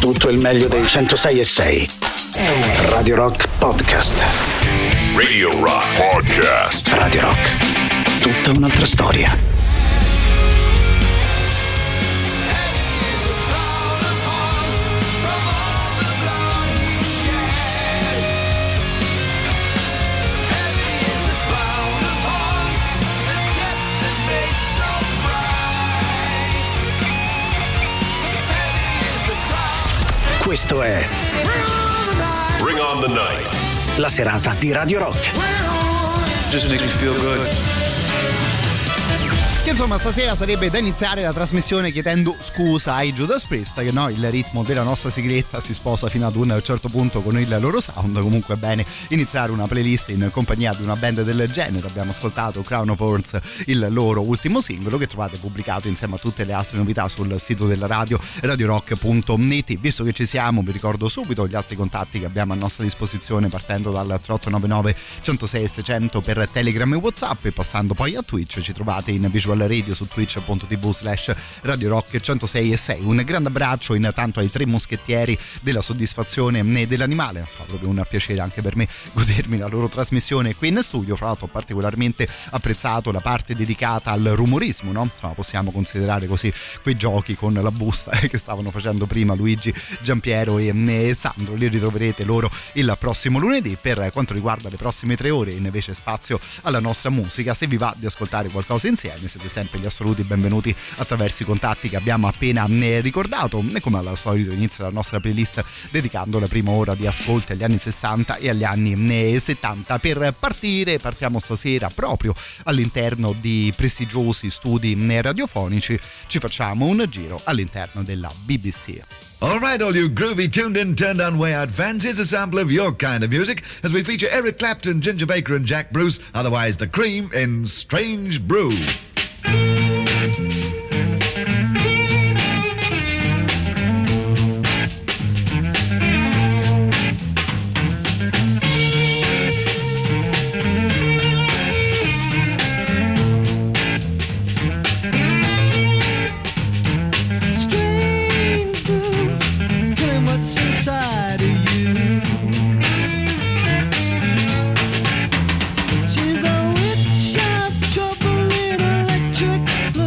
tutto il meglio dei 106.6. Radio Rock Podcast. Radio Rock Podcast. Radio Rock. Tutta un'altra storia. Questo è Bring on the night. La serata di Radio Rock. Just makes me feel good. Che insomma stasera sarebbe da iniziare la trasmissione chiedendo scusa ai Judas Priest, che no, il ritmo della nostra sigletta si sposa fino ad un certo punto con il loro sound. Comunque è bene iniziare una playlist in compagnia di una band del genere. Abbiamo ascoltato Crown of Thorns, il loro ultimo singolo, che trovate pubblicato insieme a tutte le altre novità sul sito della radio, radiorock.net. Visto che ci siamo, vi ricordo subito gli altri contatti che abbiamo a nostra disposizione, partendo dal 3899 106 600 per Telegram e WhatsApp, e passando poi a Twitch. Ci trovate in visual radio su twitch.tv/Radio Rock 106.6. Un grande abbraccio intanto ai tre moschettieri della soddisfazione e dell'animale. Fa proprio un piacere anche per me godermi la loro trasmissione qui in studio. Fra l'altro ho particolarmente apprezzato la parte dedicata al rumorismo, no? Insomma, possiamo considerare così quei giochi con la busta che stavano facendo prima Luigi, Giampiero e Sandro. Li ritroverete loro il prossimo lunedì. Per quanto riguarda le prossime 3 ore invece spazio alla nostra musica. Se vi va di ascoltare qualcosa insieme, siete sempre gli assoluti benvenuti attraverso i contatti che abbiamo appena ricordato, e come al solito inizia la nostra playlist dedicando la prima ora di ascolti agli anni 60 e agli anni 70. Per partiamo stasera proprio all'interno di prestigiosi studi radiofonici. Ci facciamo un giro all'interno della BBC. All right, all you groovy, tuned in, turned on way out fans, here's a sample of your kind of music as we feature Eric Clapton, Ginger Baker and Jack Bruce, otherwise The Cream, in Strange Brew. She's a witch of trouble in electric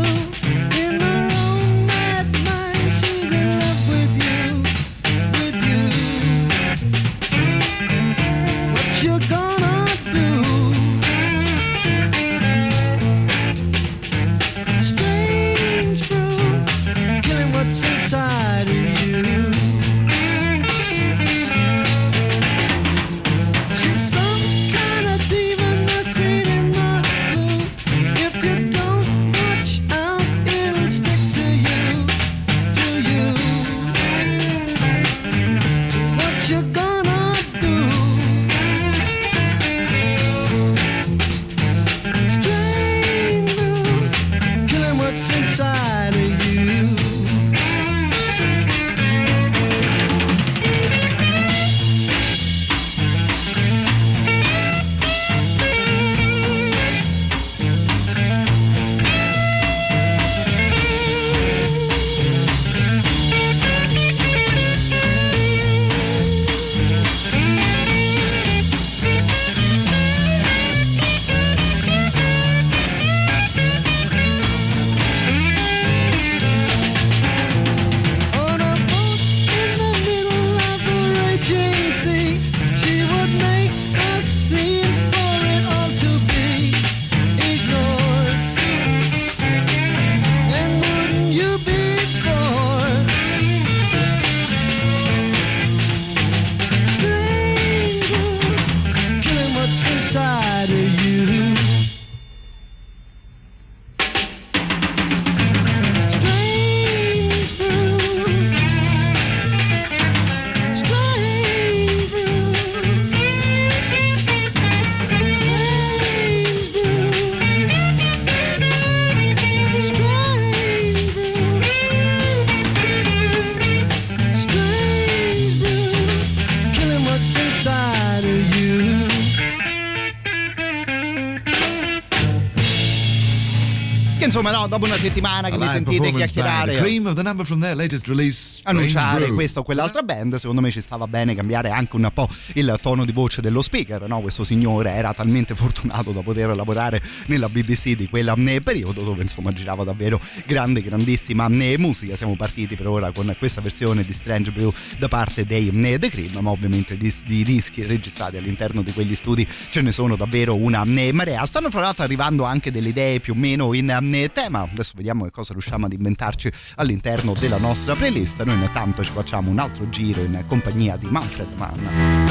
insomma, no, dopo una settimana che mi sentite chiacchierare, Cream of the number from their latest release, annunciare questa o quell'altra band, secondo me ci stava bene cambiare anche un po' il tono di voce dello speaker, no? Questo signore era talmente fortunato da poter lavorare nella BBC di quel periodo, dove insomma girava davvero grandissima musica. Siamo partiti per ora con questa versione di Strange Brew da parte dei The Cream, ma ovviamente di dischi registrati all'interno di quegli studi ce ne sono davvero una marea. Stanno fra l'altro arrivando anche delle idee più o meno in tema, adesso vediamo che cosa riusciamo ad inventarci all'interno della nostra playlist. Noi intanto ci facciamo un altro giro in compagnia di Manfred Mann.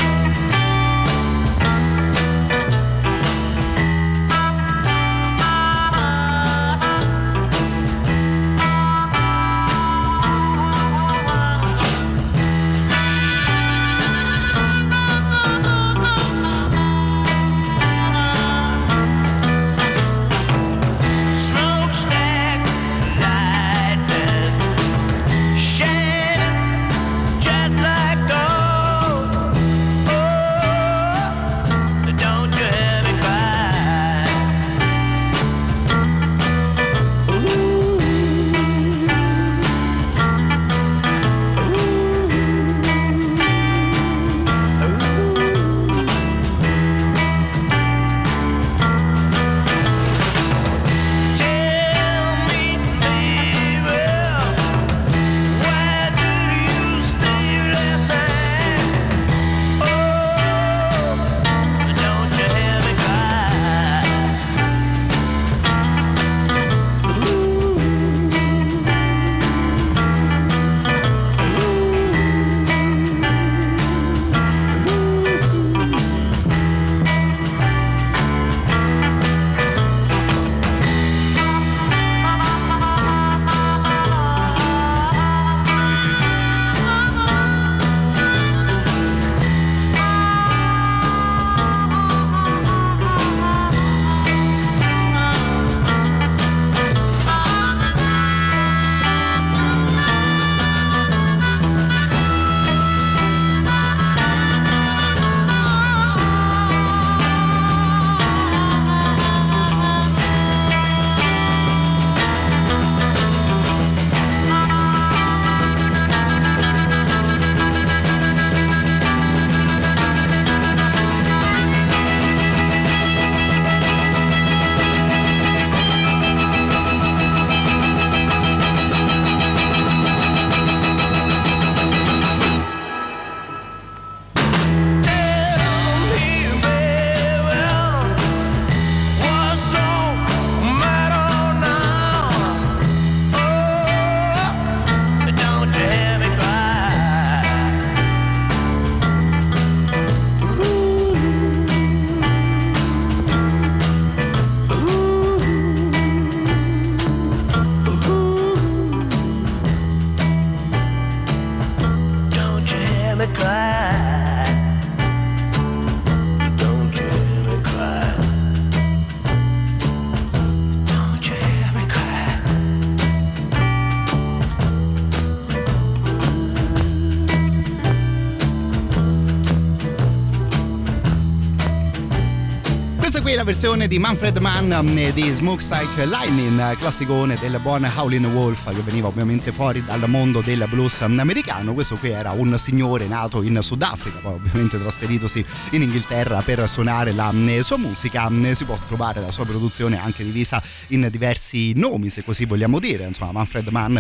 La versione di Manfred Mann di Smokestack Lightning, classicone del buon Howlin' Wolf, che veniva ovviamente fuori dal mondo del blues americano. Questo qui era un signore nato in Sudafrica, poi ovviamente trasferitosi in Inghilterra per suonare la sua musica. Si può trovare la sua produzione anche divisa in diversi nomi, se così vogliamo dire. Insomma, Manfred Mann,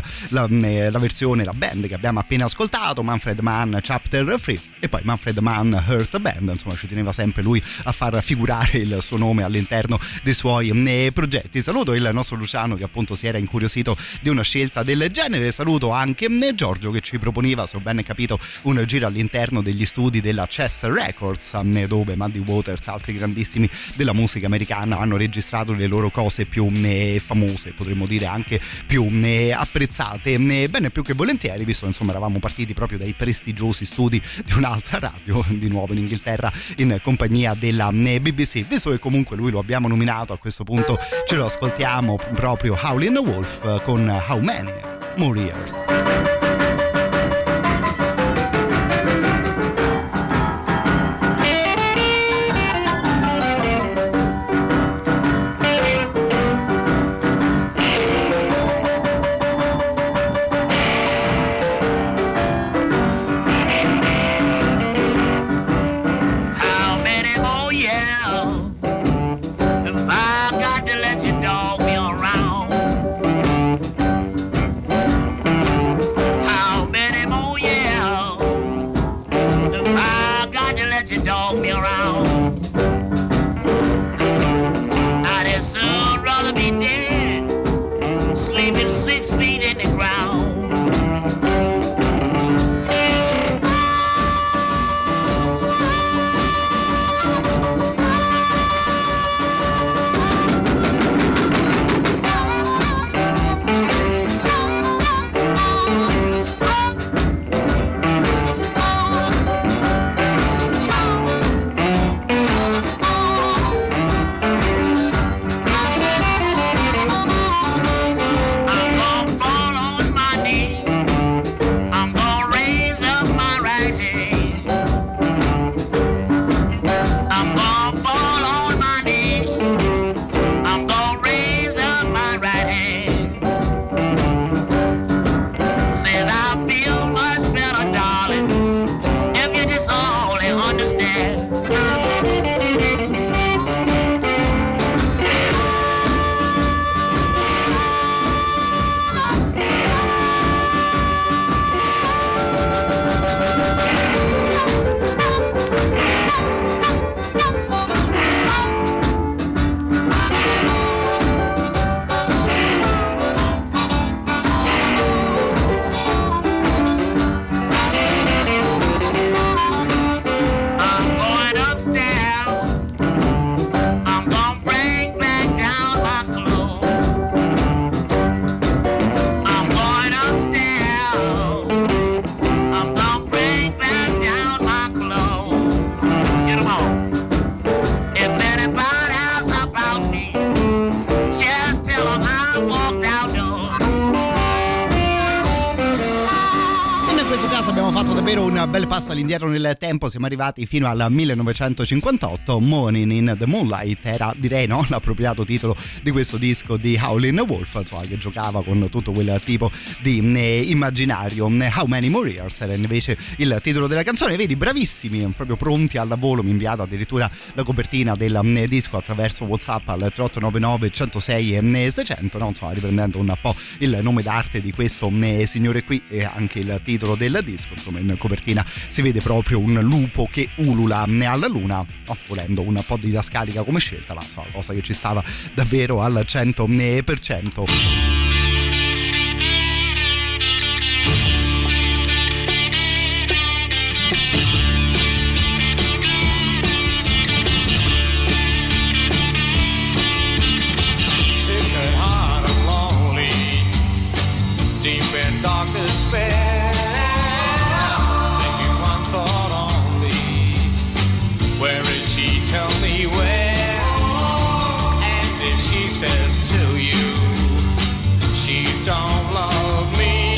la versione, la band che abbiamo appena ascoltato, Manfred Mann Chapter 3, e poi Manfred Mann Hurt Band. Insomma, ci teneva sempre lui a far figurare il suo nome all'interno dei suoi progetti. Saluto il nostro Luciano, che appunto si era incuriosito di una scelta del genere. Saluto anche Giorgio, che ci proponeva, se ho ben capito, un giro all'interno degli studi della Chess Records, dove Muddy Waters, altri grandissimi della musica americana, hanno registrato le loro cose più famose, potremmo dire anche più apprezzate. Bene, più che volentieri, visto che insomma eravamo partiti proprio dai prestigiosi studi di un'altra radio, di nuovo in Inghilterra, in compagnia della BBC. Visto che comunque lui lo abbiamo nominato, a questo punto ce lo ascoltiamo proprio Howlin' Wolf con How Many More Years. questo caso abbiamo fatto davvero un bel passo all'indietro nel tempo, siamo arrivati fino al 1958. Morning in the Moonlight era, direi, no, l'appropriato titolo di questo disco di Howlin' Wolf, insomma, che giocava con tutto quel tipo di immaginario. How Many More Years era invece il titolo della canzone. Vedi, bravissimi, proprio pronti al volo, mi ha inviato addirittura la copertina del disco attraverso WhatsApp al 3899 106 e 600, no? Insomma, riprendendo un po' il nome d'arte di questo signore qui e anche il titolo del disco. Insomma, in copertina si vede proprio un lupo che ulula alla luna, volendo un po' didascalica come scelta, ma insomma, cosa che ci stava davvero al 100%. Deep in dark despair, thinking one thought only. Where is she? Tell me where. And if she says to you she don't love me,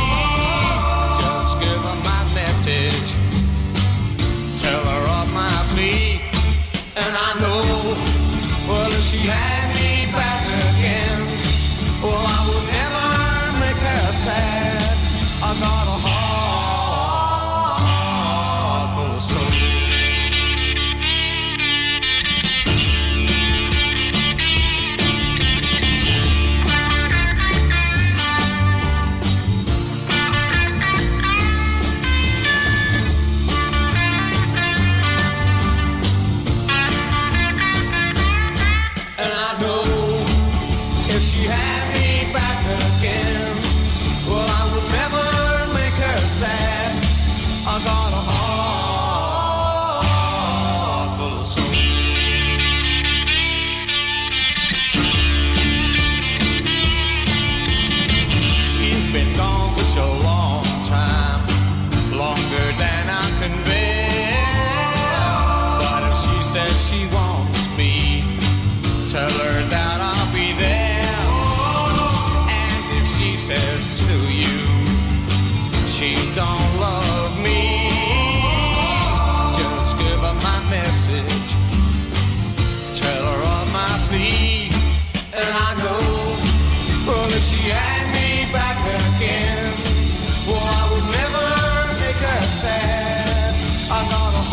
just give her my message, tell her of my plea. And I know, well, if she had me back again, well, I would never sad. I got a heart full of soul. And I know if she had me back again, well, I would never make her sad. I got a heart full of soul. She's been gone such a long time, longer than I can bear. But if she says she wants me, tell her that I'll be there. And if she says to you she don't love me, just give her my message, tell her of my plea. And I know, well, if she had me back again, well, I would never make her sad. I got a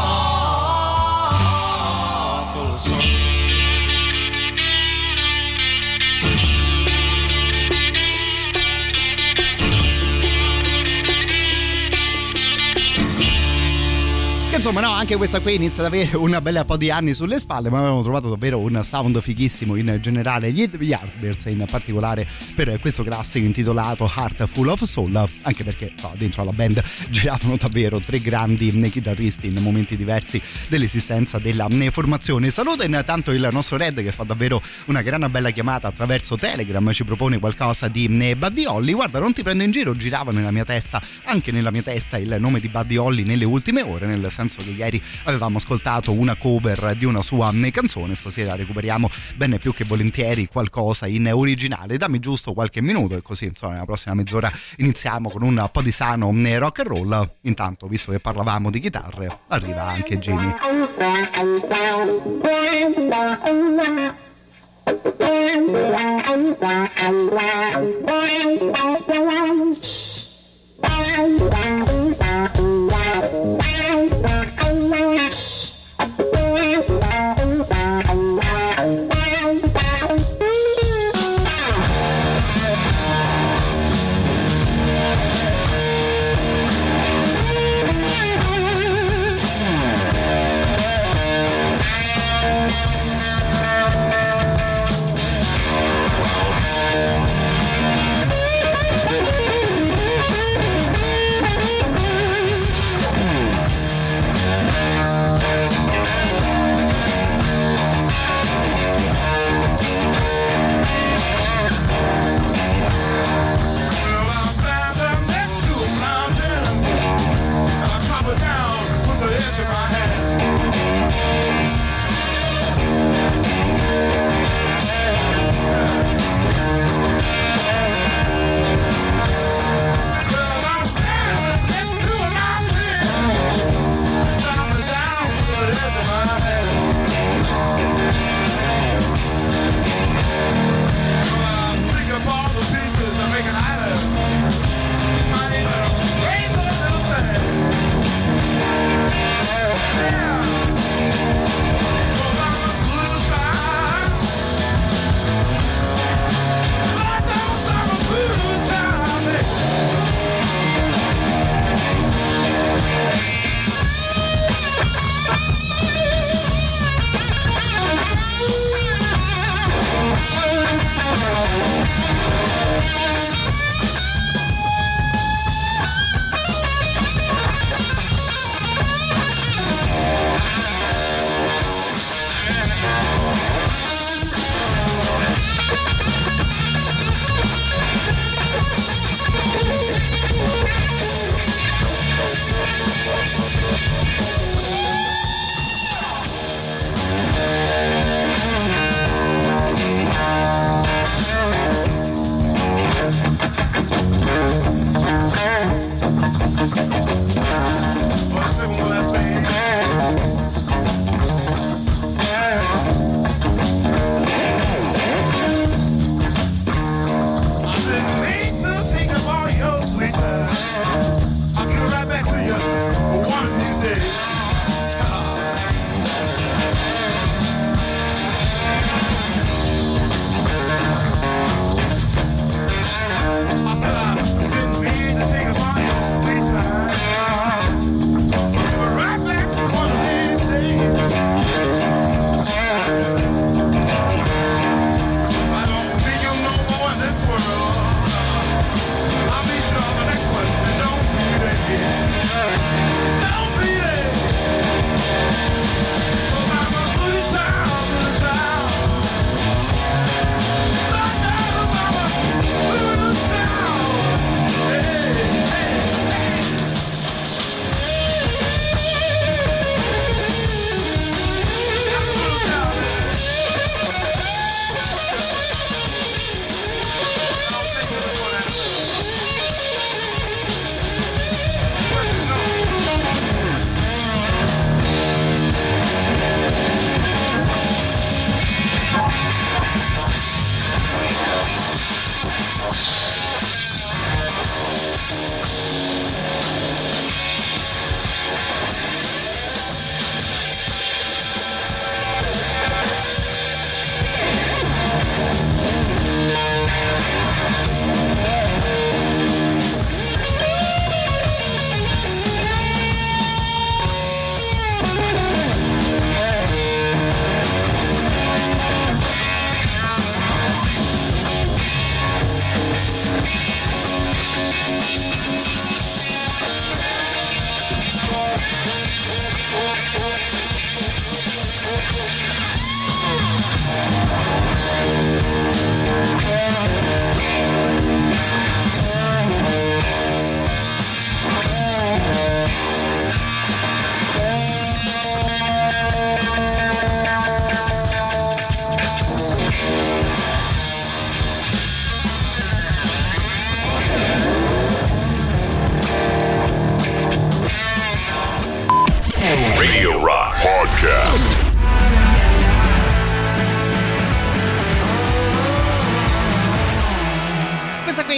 heart full of soul. Insomma, no, anche questa qui inizia ad avere un bel po' di anni sulle spalle, ma avevamo trovato davvero un sound fighissimo in generale, gli Yardbirds in particolare per questo classico intitolato Heart Full of Soul, anche perché dentro alla band giravano davvero tre grandi chitarristi in momenti diversi dell'esistenza della formazione. Saluto intanto il nostro Red, che fa davvero una gran bella chiamata attraverso Telegram, ci propone qualcosa di Buddy Holly. Guarda, non ti prendo in giro, girava nella mia testa, anche nella mia testa, il nome di Buddy Holly nelle ultime ore, nel senso che ieri avevamo ascoltato una cover di una sua canzone, stasera recuperiamo bene più che volentieri qualcosa in originale. Dammi giusto qualche minuto e così, insomma, nella prossima mezz'ora iniziamo con un po' di sano rock and roll. Intanto, visto che parlavamo di chitarre, arriva anche Jimmy.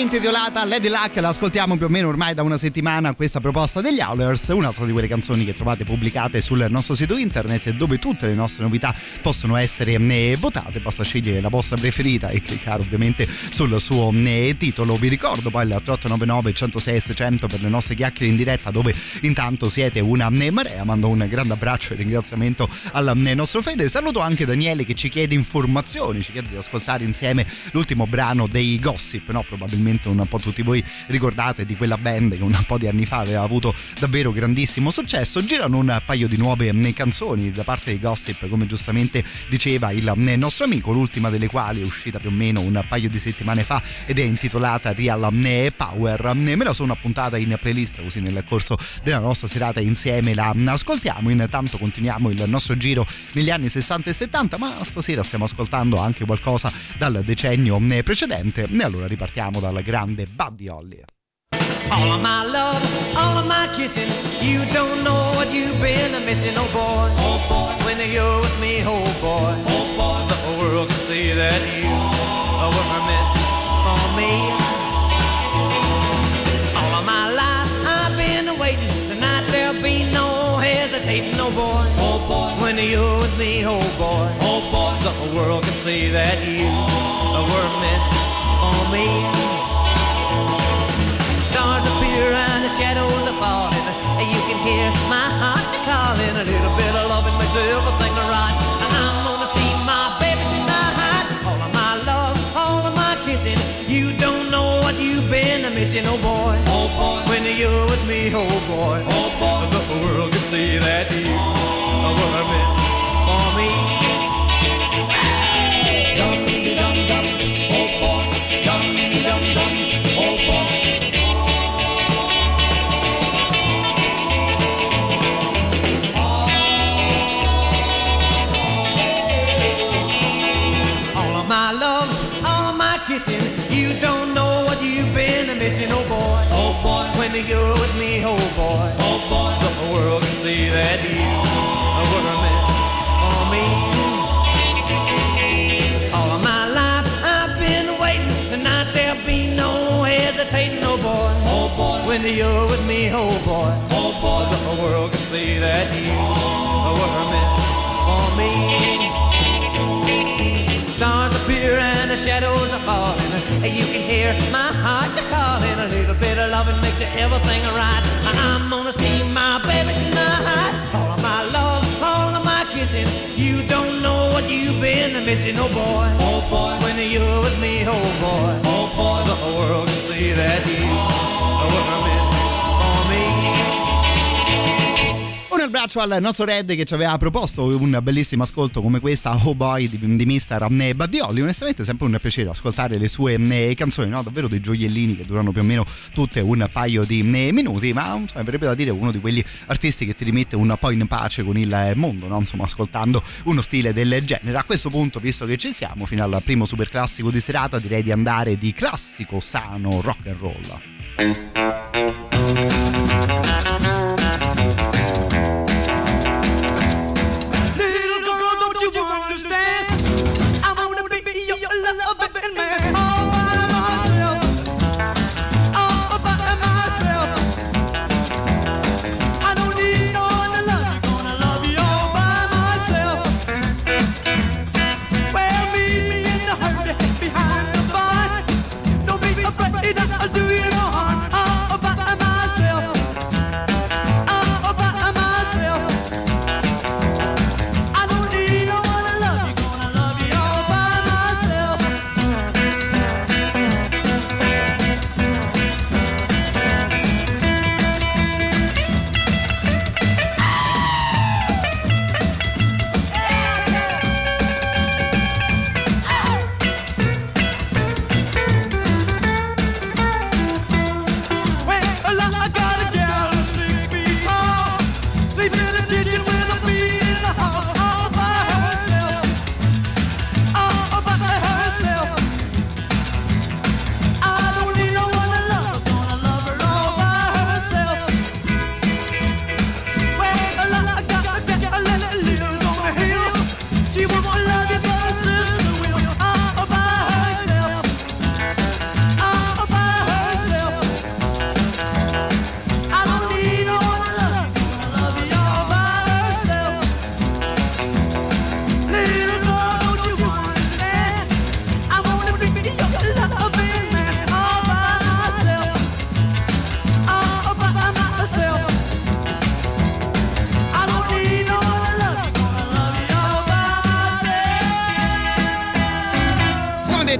intitolata Lady Luck, l'ascoltiamo più o meno ormai da una settimana, questa proposta degli Howlers, un'altra di quelle canzoni che trovate pubblicate sul nostro sito internet, dove tutte le nostre novità possono essere votate. Basta scegliere la vostra preferita e cliccare ovviamente sul suo titolo. Vi ricordo poi il 3899 106 600 per le nostre chiacchiere in diretta, dove intanto siete una marea. Mando un grande abbraccio e ringraziamento al nostro Fede. Saluto anche Daniele che ci chiede informazioni, ci chiede di ascoltare insieme l'ultimo brano dei Gossip, no? Probabilmente un po' tutti voi ricordate di quella band che un po' di anni fa aveva avuto davvero grandissimo successo. Girano un paio di nuove canzoni da parte dei Gossip, come giustamente diceva il nostro amico, l'ultima delle quali è uscita più o meno un paio di settimane fa ed è intitolata Real Power. Me la sono appuntata in playlist, così nel corso della nostra serata insieme la ascoltiamo. Intanto continuiamo il nostro giro negli anni 60 e 70, ma stasera stiamo ascoltando anche qualcosa dal decennio precedente, e allora ripartiamo dal grande Buddy Holly. All of my love, all of my kissing, you don't know what you've been missing, oh boy. Oh boy, when you're with me, oh boy. Oh boy, the world can see that you were meant for me. All of my life I've been waiting, tonight there'll be no hesitating, oh boy. Oh boy, when you're with me, oh boy. Oh boy, the world can see that you were meant for me. Stars appear and the shadows are falling. You can hear my heart calling. A little bit of loving makes everything right. And I'm gonna see my baby tonight. All of my love, all of my kissing. You don't know what you've been missing, oh boy. Oh boy, when you're with me, oh boy. Oh boy, the world can see that you were meant for me. Dum dum dum, oh boy. Dum dum dum, oh boy. You don't know what you've been missing, oh boy. Oh boy, when you're with me, oh boy. Oh boy, the world can see that you were meant for me. All of my life I've been waiting. Tonight there'll be no hesitating, oh boy. Oh boy, when you're with me, oh boy. Oh boy, the world can see that you were meant for me. Stars appear and the shadows are falling. You can hear my heart calling. A little bit of loving makes everything right. I'm gonna see my baby tonight. All of my love, all of my kissing. You don't know what you've been missing, oh boy. Oh boy, when you're with me, oh boy. Oh boy, the world can see that you were meant for me. Un abbraccio al nostro Red che ci aveva proposto un bellissimo ascolto come questa, Oh Boy di Mr. Buddy Holly. Onestamente è sempre un piacere ascoltare le sue canzoni, no? Davvero dei gioiellini che durano più o meno tutte un paio di minuti, ma insomma, verrebbe da dire uno di quegli artisti che ti rimette un po' in pace con il mondo, no? Insomma, ascoltando uno stile del genere. A questo punto, visto che ci siamo, fino al primo super classico di serata, direi di andare di classico sano rock and roll. Do you know how? All about myself.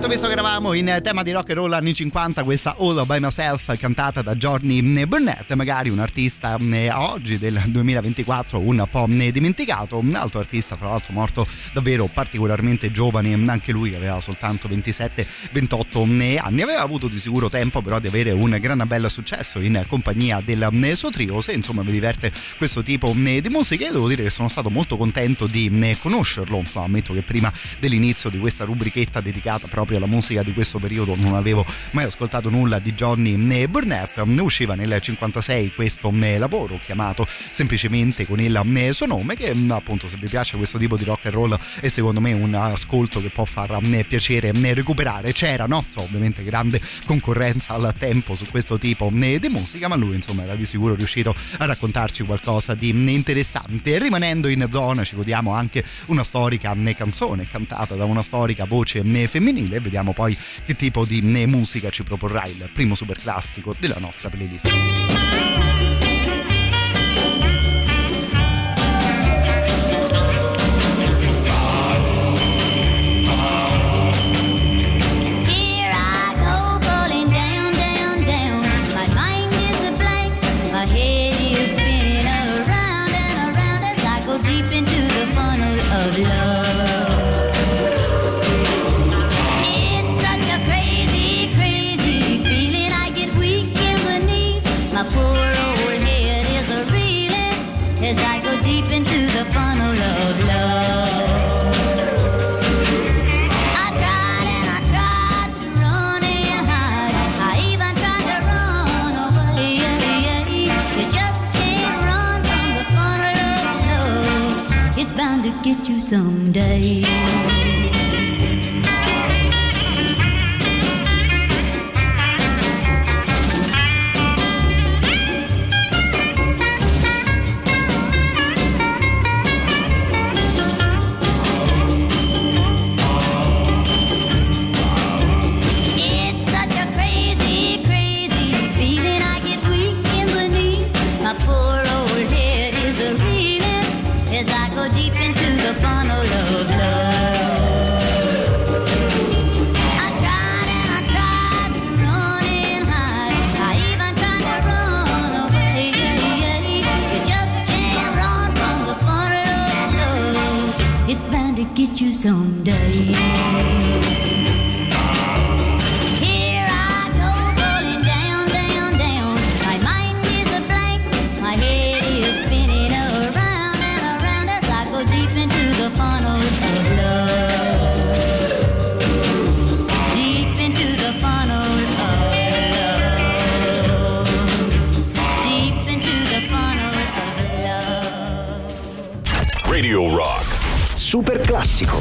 Certo, visto che eravamo in tema di rock and roll anni 50, questa All By Myself cantata da Johnny Burnett, magari un artista oggi del 2024 un po' dimenticato, un altro artista tra l'altro morto davvero particolarmente giovane, anche lui che aveva soltanto 27-28 anni, aveva avuto di sicuro tempo però di avere un gran bel successo in compagnia del suo trio. Se insomma vi diverte questo tipo di musica, devo dire che sono stato molto contento di conoscerlo, insomma, ammetto che prima dell'inizio di questa rubrichetta dedicata proprio alla musica di questo periodo non avevo mai ascoltato nulla di Johnny Burnett. Usciva nel 56 questo lavoro chiamato semplicemente con il suo nome, che appunto, se vi piace questo tipo di rock and roll, è secondo me un ascolto che può far piacere recuperare. C'era, no? Ovviamente grande concorrenza al tempo su questo tipo di musica, ma lui insomma era di sicuro riuscito a raccontarci qualcosa di interessante. Rimanendo in zona ci godiamo anche una storica canzone cantata da una storica voce femminile. Vediamo poi che tipo di musica ci proporrà il primo super classico della nostra playlist. Deep into the funnel of love. It's such a crazy, crazy feeling. I get weak in the knees. My poor old head is a reeling as I go deep into the funnel of love. I tried and I tried to run and hide. I even tried to run away. You just can't run from the funnel of love. It's bound to get you someday. It's such a crazy, crazy feeling. I get weak in the knees. My poor old head is a reeling as I go deep into the funnel of love. I tried and I tried to run and hide. I even tried to run away. You just can't run from the funnel of love. It's bound to get you someday. Here I go falling down, down, down. My mind is a blank. My head is spinning around and around as I go deep into the funnel of love. Deep into the funnel of love. Deep into the funnel of love. Radio Rock. Super classico.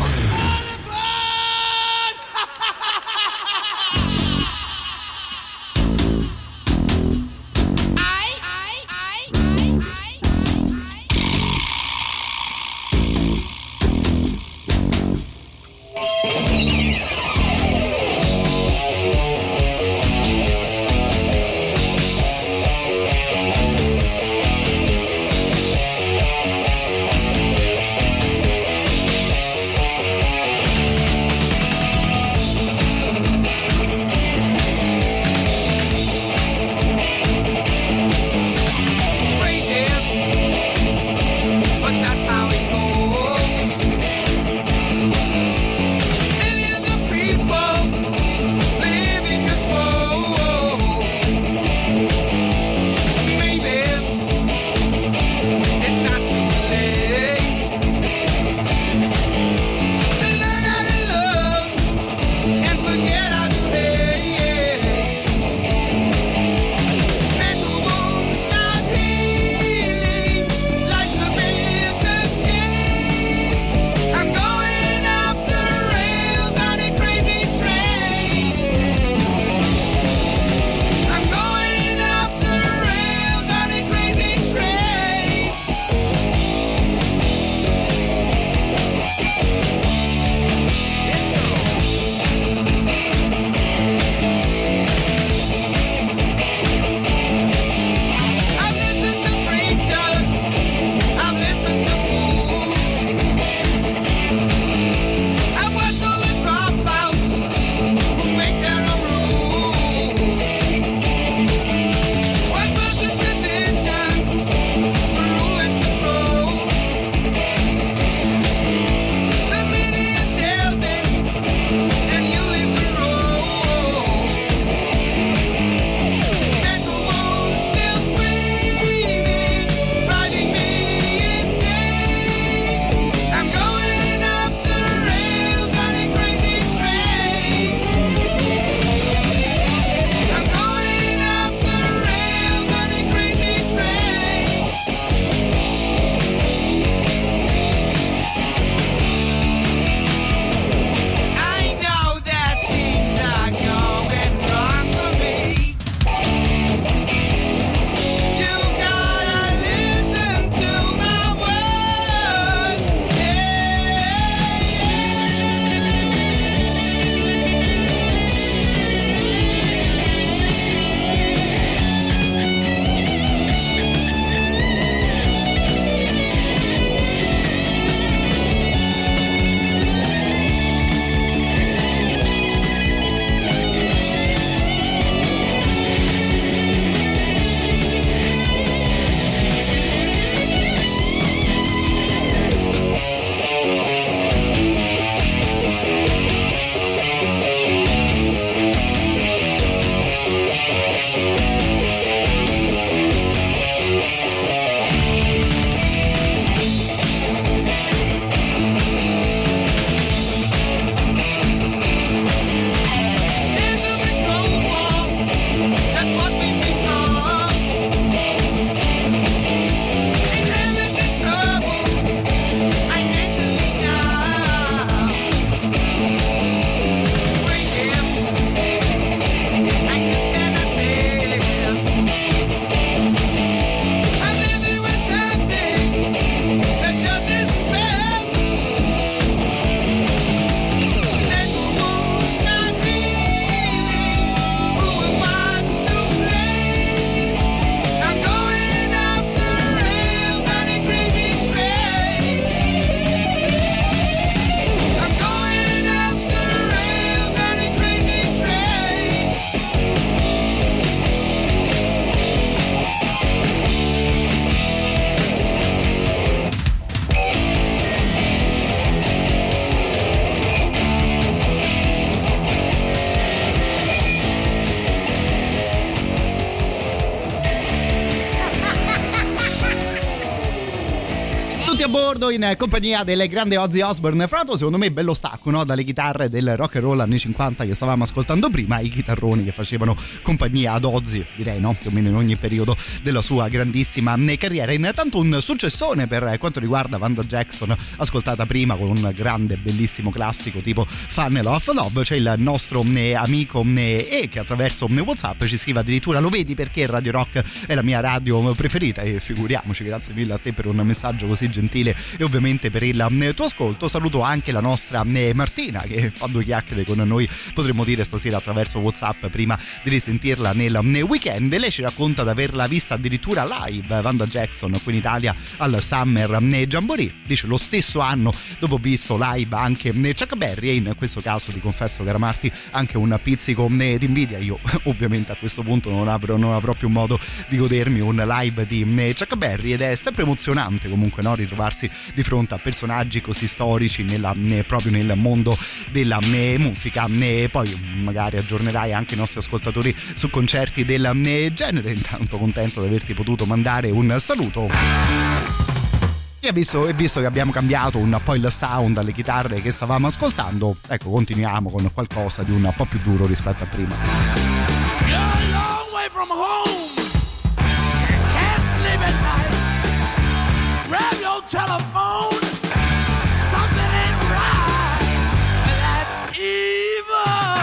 Tutti a bordo in compagnia del grande Ozzy Osbourne. Fra l'altro secondo me bello stacco, no? Dalle chitarre del rock and roll anni 50 che stavamo ascoltando prima, ai chitarroni che facevano compagnia ad Ozzy, direi, no? Più o meno in ogni periodo della sua grandissima carriera. Intanto un successone per quanto riguarda Vanda Jackson, ascoltata prima con un grande bellissimo classico tipo Funnel of Love. C'è il nostro amico che attraverso WhatsApp ci scrive addirittura: lo vedi perché Radio Rock è la mia radio preferita? E figuriamoci, grazie mille a te per un messaggio così gentile e ovviamente per il tuo ascolto. Saluto anche la nostra Martina che fa due chiacchiere con noi, potremmo dire, stasera attraverso WhatsApp prima di risentirla nel weekend. Lei ci racconta di averla vista addirittura live Vanda Jackson qui in Italia al Summer Jamboree. Dice lo stesso anno dove ho visto live anche Chuck Berry, e in questo caso ti confesso, cara Marti, anche un pizzico di invidia. Io ovviamente a questo punto non avrò più modo di godermi un live di Chuck Berry, ed è sempre emozionante comunque, no? Ritrovarsi di fronte a personaggi così storici proprio nel mondo della musica. Poi magari aggiornerai anche i nostri ascoltatori su concerti del genere. Intanto contento di averti potuto mandare un saluto. E visto che abbiamo cambiato un po' il sound alle chitarre che stavamo ascoltando, ecco, continuiamo con qualcosa di un po' più duro rispetto a prima. You're a long way from home. Can't sleep at night. Grab your telephone. Something ain't right. That's evil.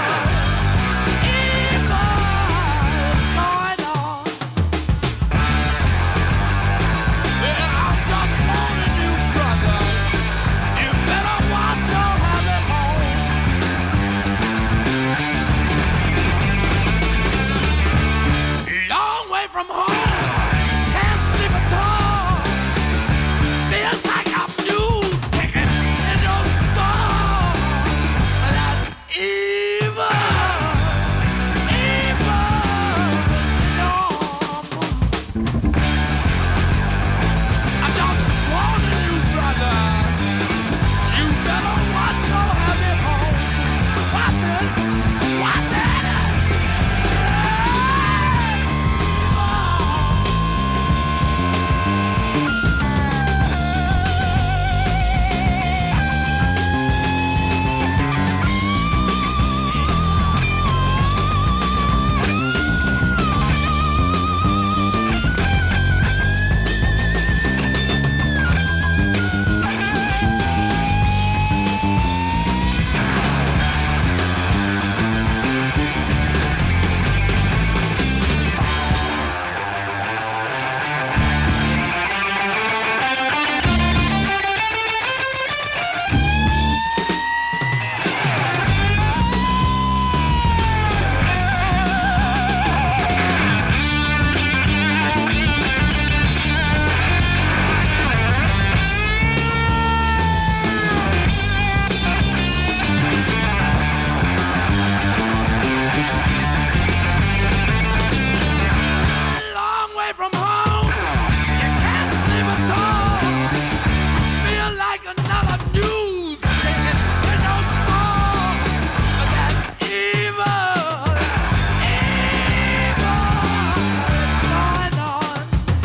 Evil going on. Yeah, I'm just warning you, brother. You better watch your habit home. Long way from home. Can't sleep at all. Feels like I'm news kicking in your store. That's evil. Evil. No. I'm just warning you, brother. You better watch your habit home. Watch it. Watch it. Long way from home. You can't sleep at all. Feel like another news ticket in your store. But that's evil. Evil is going on.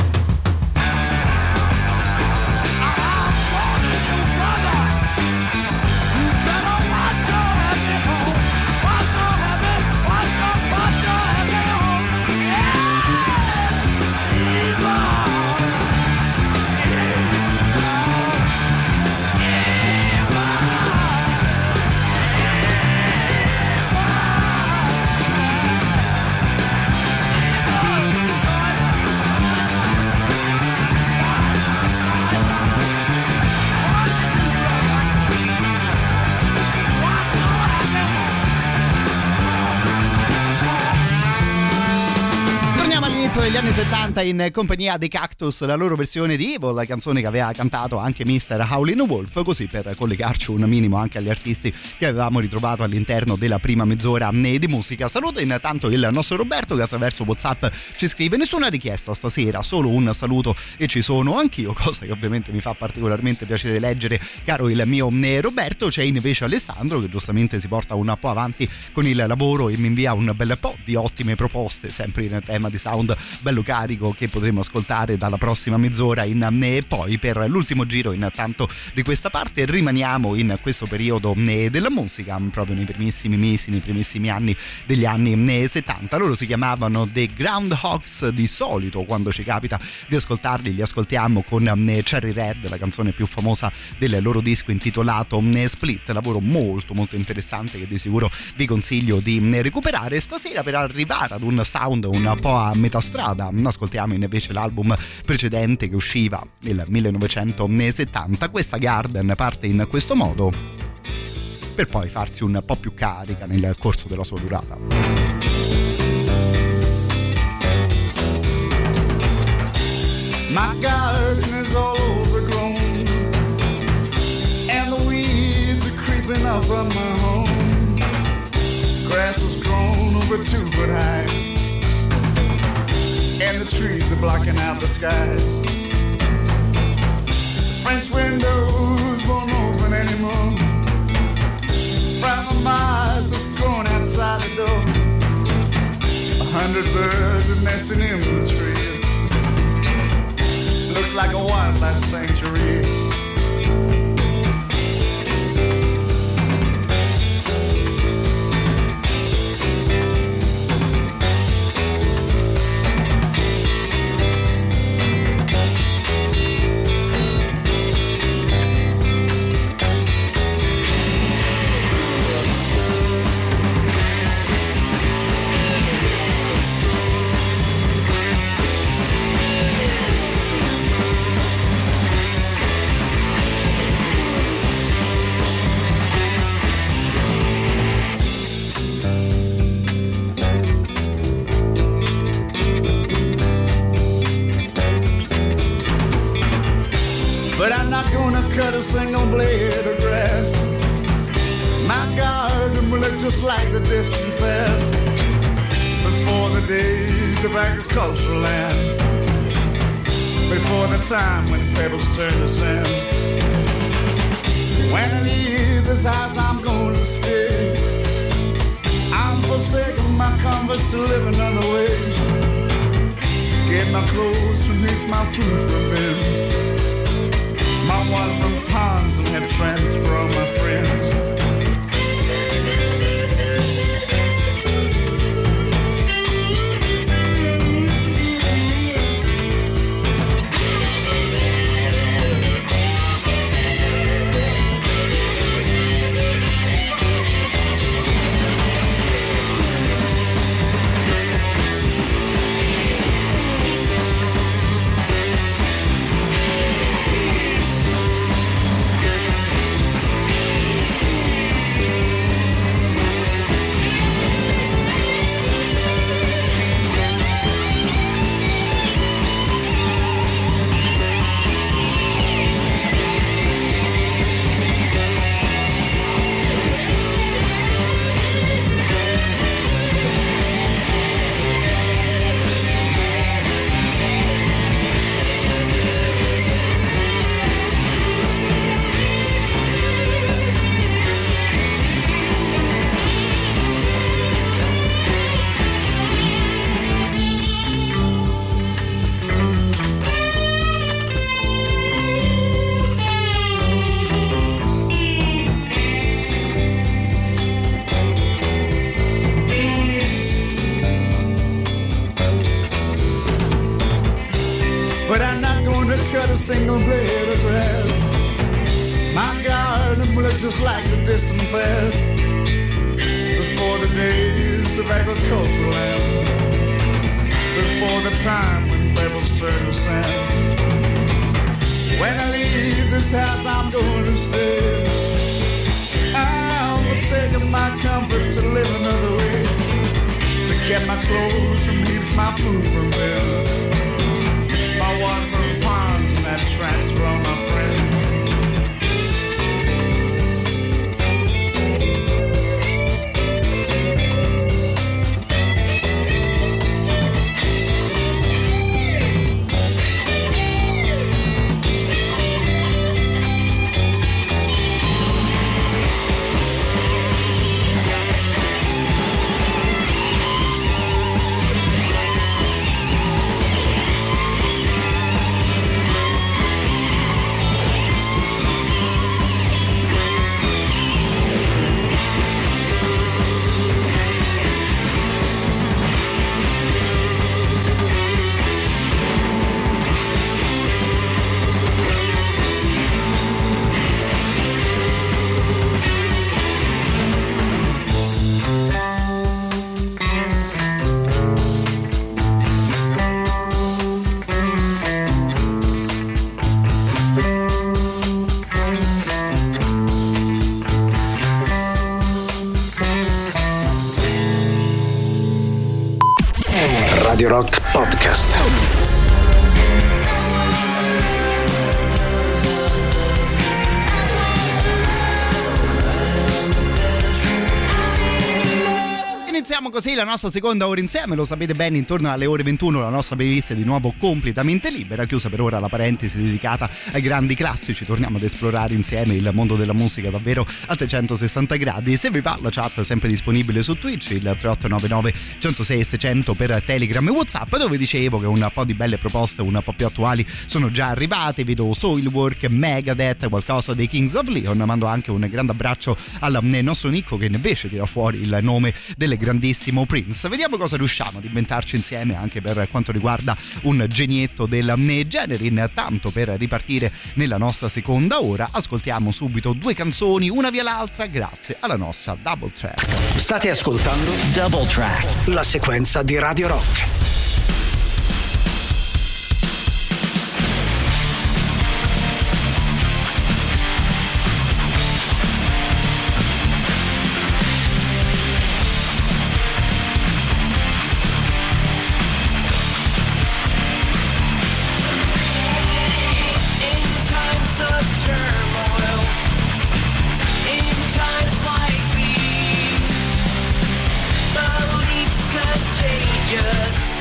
I'm warning you, brother. You better watch your habit home. Watch your habit. Watch your habit home. Yeah. Torniamo all'inizio degli anni 70 in compagnia dei Cactus, la loro versione di Evil, la canzone che aveva cantato anche Mr. Howlin' Wolf, così per collegarci un minimo anche agli artisti che avevamo ritrovato all'interno della prima mezz'ora di musica. Saluto intanto il nostro Roberto che attraverso WhatsApp ci scrive: nessuna richiesta stasera, solo un saluto e ci sono anch'io, cosa che ovviamente mi fa particolarmente piacere leggere, caro il mio Roberto. C'è invece Alessandro che giustamente si porta un po' avanti con il lavoro e mi invia un bel po' di ottime proposte, sempre in tema di sound bello carico che potremo ascoltare dalla prossima mezz'ora in poi. Per l'ultimo giro intanto di questa parte rimaniamo in questo periodo della musica, proprio nei primissimi mesi, nei primissimi anni degli anni 70. Loro si chiamavano The Groundhogs. Di solito quando ci capita di ascoltarli li ascoltiamo con Cherry Red, la canzone più famosa del loro disco intitolato Split, lavoro molto molto interessante che di sicuro vi consiglio di recuperare. Stasera, per arrivare ad un sound un po' a metà strada, ascoltiamo invece l'album precedente che usciva nel 1970. Questa Garden parte in questo modo per poi farsi un po' più carica nel corso della sua durata. My garden is all overgrown, and the weeds are creeping up on my home. Grass has grown over 2 foot high, and the trees are blocking out the sky. The French windows won't open anymore, from the mice that's growing outside the door. 100 birds are nesting in the trees. Looks like a wildlife sanctuary. But I'm not gonna cut a single blade of grass. My garden will look just like the distant past, before the days of agricultural land, before the time when pebbles turn to sand. When I leave this house I'm gonna stay. I'm forsaking my comforts to live another way. Get my clothes from these, my food from bins, my water from ponds, and have friends for all my friends. But I'm not going to cut a single blade of grass. My garden will look just like the distant past, before the days of agricultural land, before the time when pebbles turn to sand. When I leave this house I'm going to stay. I'm forsaking my comforts to live another way, to get my clothes from heaps, my food from bills, my water from ponds, and that transfer on my friends. Radio Rock Podcast. Iniziamo così la nostra seconda ora insieme, lo sapete bene, intorno alle ore 21 la nostra playlist è di nuovo completamente libera, chiusa per ora la parentesi dedicata ai grandi classici. Torniamo ad esplorare insieme il mondo della musica davvero a 360 gradi. Se vi va, la chat è sempre disponibile su Twitch, il 3899 106 600 per Telegram e WhatsApp, dove dicevo che un po' di belle proposte un po' più attuali sono già arrivate. Vedo Soilwork, Megadeth, qualcosa dei Kings of Leon. Mando anche un grande abbraccio al nostro Nicco che invece tira fuori il nome delle grandissimo Prince. Vediamo cosa riusciamo ad inventarci insieme anche per quanto riguarda un genietto del genere. Intanto, per ripartire nella nostra seconda ora, ascoltiamo subito due canzoni, una via l'altra, grazie alla nostra Double Track. State ascoltando Double Track, la sequenza di Radio Rock. Contagious.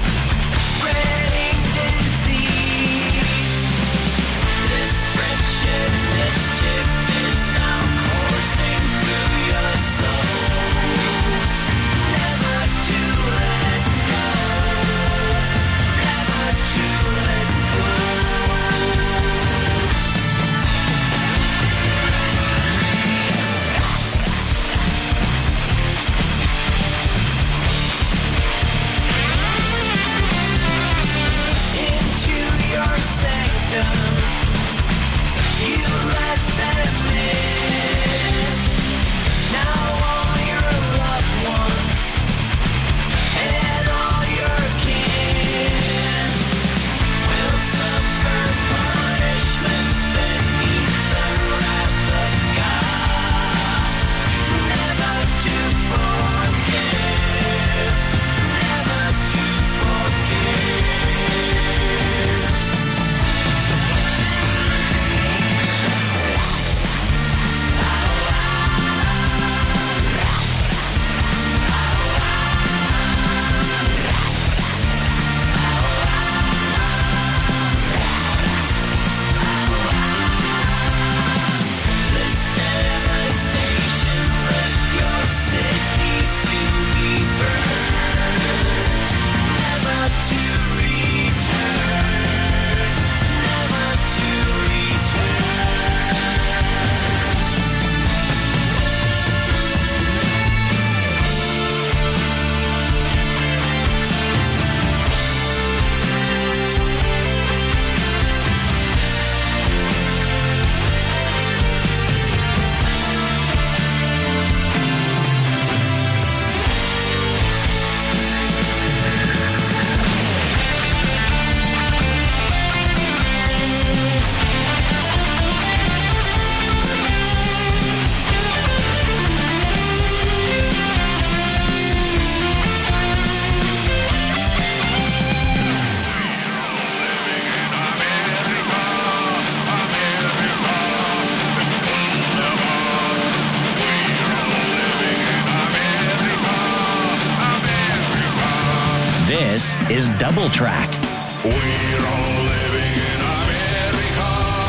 This is Double Track. We're all living in America.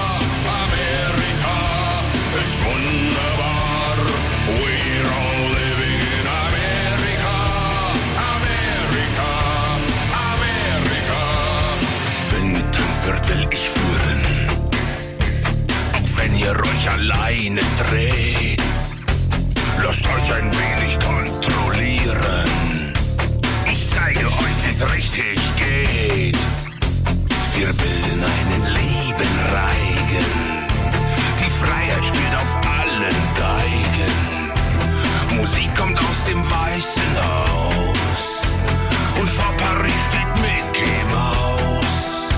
America ist wunderbar. We're all living in America. America, America. Wenn getanzt wird, will ich führen. Auch wenn ihr euch alleine dreht. Lasst euch ein wenig kontrollieren. Ich zeige euch, wie's richtig geht. Wir bilden einen lieben Reigen. Die Freiheit spielt auf allen Geigen. Musik kommt aus dem Weißen Haus. Und vor Paris steht Mickey Mouse.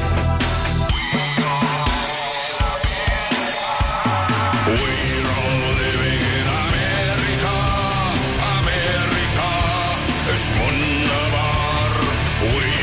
We're all living in America. America ist wunderbar. We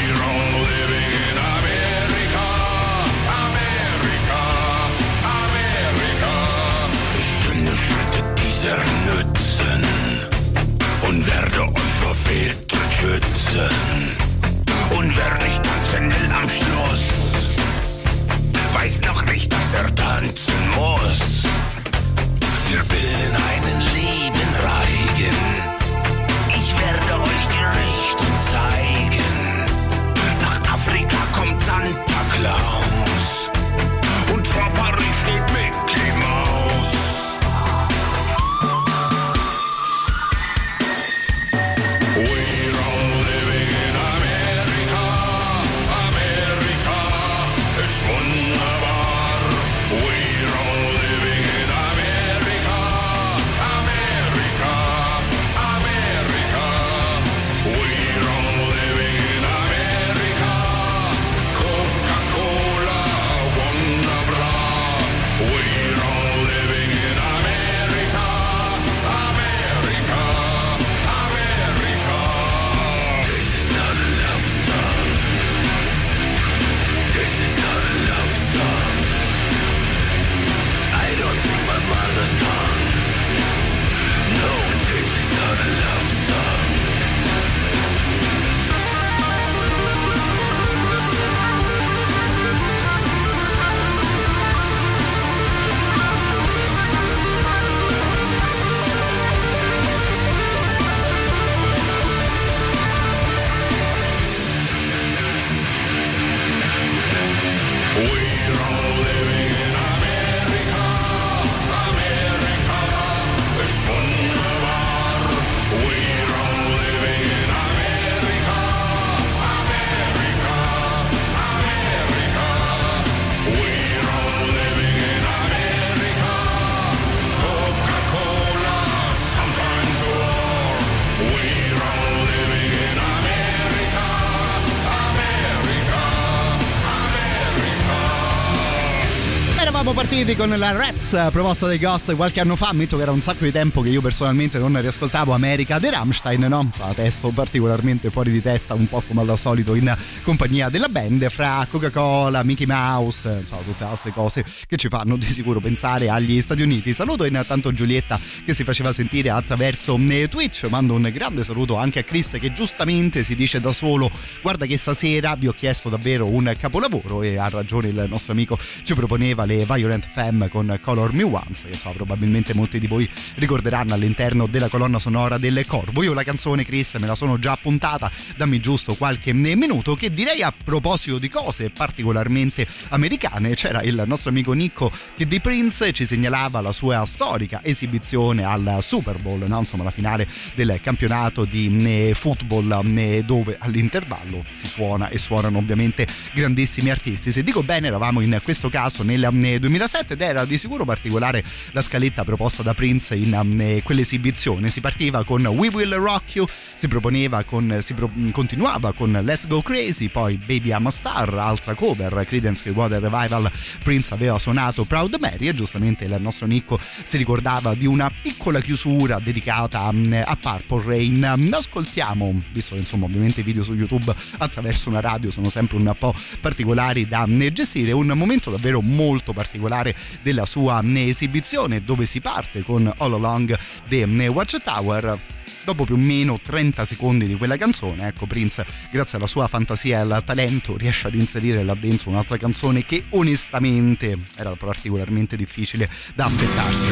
Eravamo partiti con la Rats, proposta dei Ghost qualche anno fa. Ammetto che era un sacco di tempo che io personalmente non riascoltavo America dei Rammstein, no? La testo particolarmente fuori di testa, un po' come al solito in compagnia della band, fra Coca-Cola, Mickey Mouse, insomma, tutte altre cose che ci fanno di sicuro pensare agli Stati Uniti. Saluto intanto Giulietta che si faceva sentire attraverso Twitch. Mando un grande saluto anche a Chris che giustamente si dice da solo: guarda che stasera vi ho chiesto davvero un capolavoro, e ha ragione il nostro amico, ci proponeva le Violent Femme con Color Me Once, che so, probabilmente molti di voi ricorderanno all'interno della colonna sonora del Corvo. Io la canzone, Chris, me la sono già appuntata, dammi giusto qualche minuto. Che direi, a proposito di cose particolarmente americane, c'era il nostro amico Nicco che di Prince ci segnalava la sua storica esibizione al Super Bowl, no? Insomma, la finale del campionato di football, dove all'intervallo si suona e suonano ovviamente grandissimi artisti. Se dico bene, eravamo in questo caso nel 2007 ed era di sicuro particolare la scaletta proposta da Prince in quell'esibizione. Si partiva con We Will Rock You, continuava con Let's Go Crazy, poi Baby I'm a Star, altra cover, Creedence Clearwater Revival. Prince aveva suonato Proud Mary e giustamente il nostro Nicco si ricordava di una piccola chiusura dedicata a Purple Rain. Ascoltiamo, visto che insomma ovviamente i video su YouTube attraverso una radio sono sempre un po' particolari da gestire, un momento davvero molto particolare della sua esibizione, dove si parte con All Along the Watchtower. Dopo più o meno 30 secondi di quella canzone, ecco, Prince, grazie alla sua fantasia e al talento, riesce ad inserire là dentro un'altra canzone che onestamente era particolarmente difficile da aspettarsi.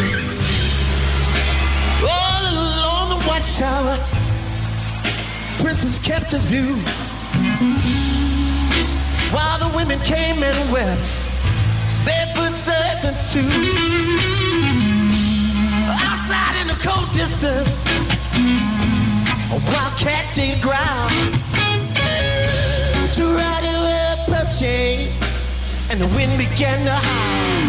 All along the watchtower, Prince has kept a view, while the women came and wept, barefoot servants too. Outside in the cold distance, a wildcat did ground to ride a perching, and the wind began to howl.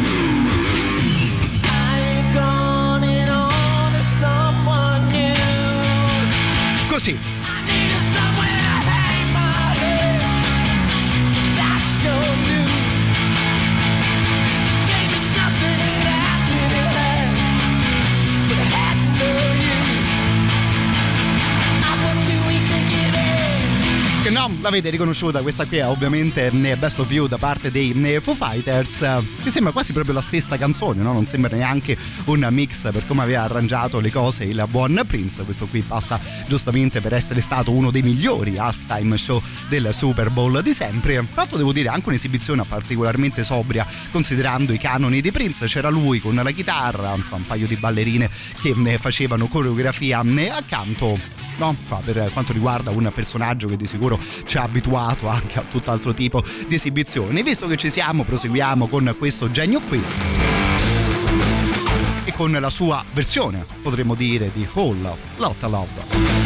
I'm going on to someone new. Così. I need somewhere to hang my head. That's your news. You gave me something that I didn't have, but I had no use. I was too weak to give in. Che no, l'avete riconosciuta, questa qui è ovviamente Best of You da parte dei Foo Fighters, che sembra quasi proprio la stessa canzone, no? Non sembra neanche un mix per come aveva arrangiato le cose il buon Prince. Questo qui passa giustamente per essere stato uno dei migliori halftime show del Super Bowl di sempre. Tra l'altro devo dire anche un'esibizione particolarmente sobria considerando i canoni di Prince. C'era lui con la chitarra, un paio di ballerine che facevano coreografia accanto, no? Per quanto riguarda un personaggio che di sicuro ci ha abituato anche a tutt'altro tipo di esibizioni. Visto che ci siamo, proseguiamo con questo genio qui e con la sua versione, potremmo dire, di Whole Lotta Love.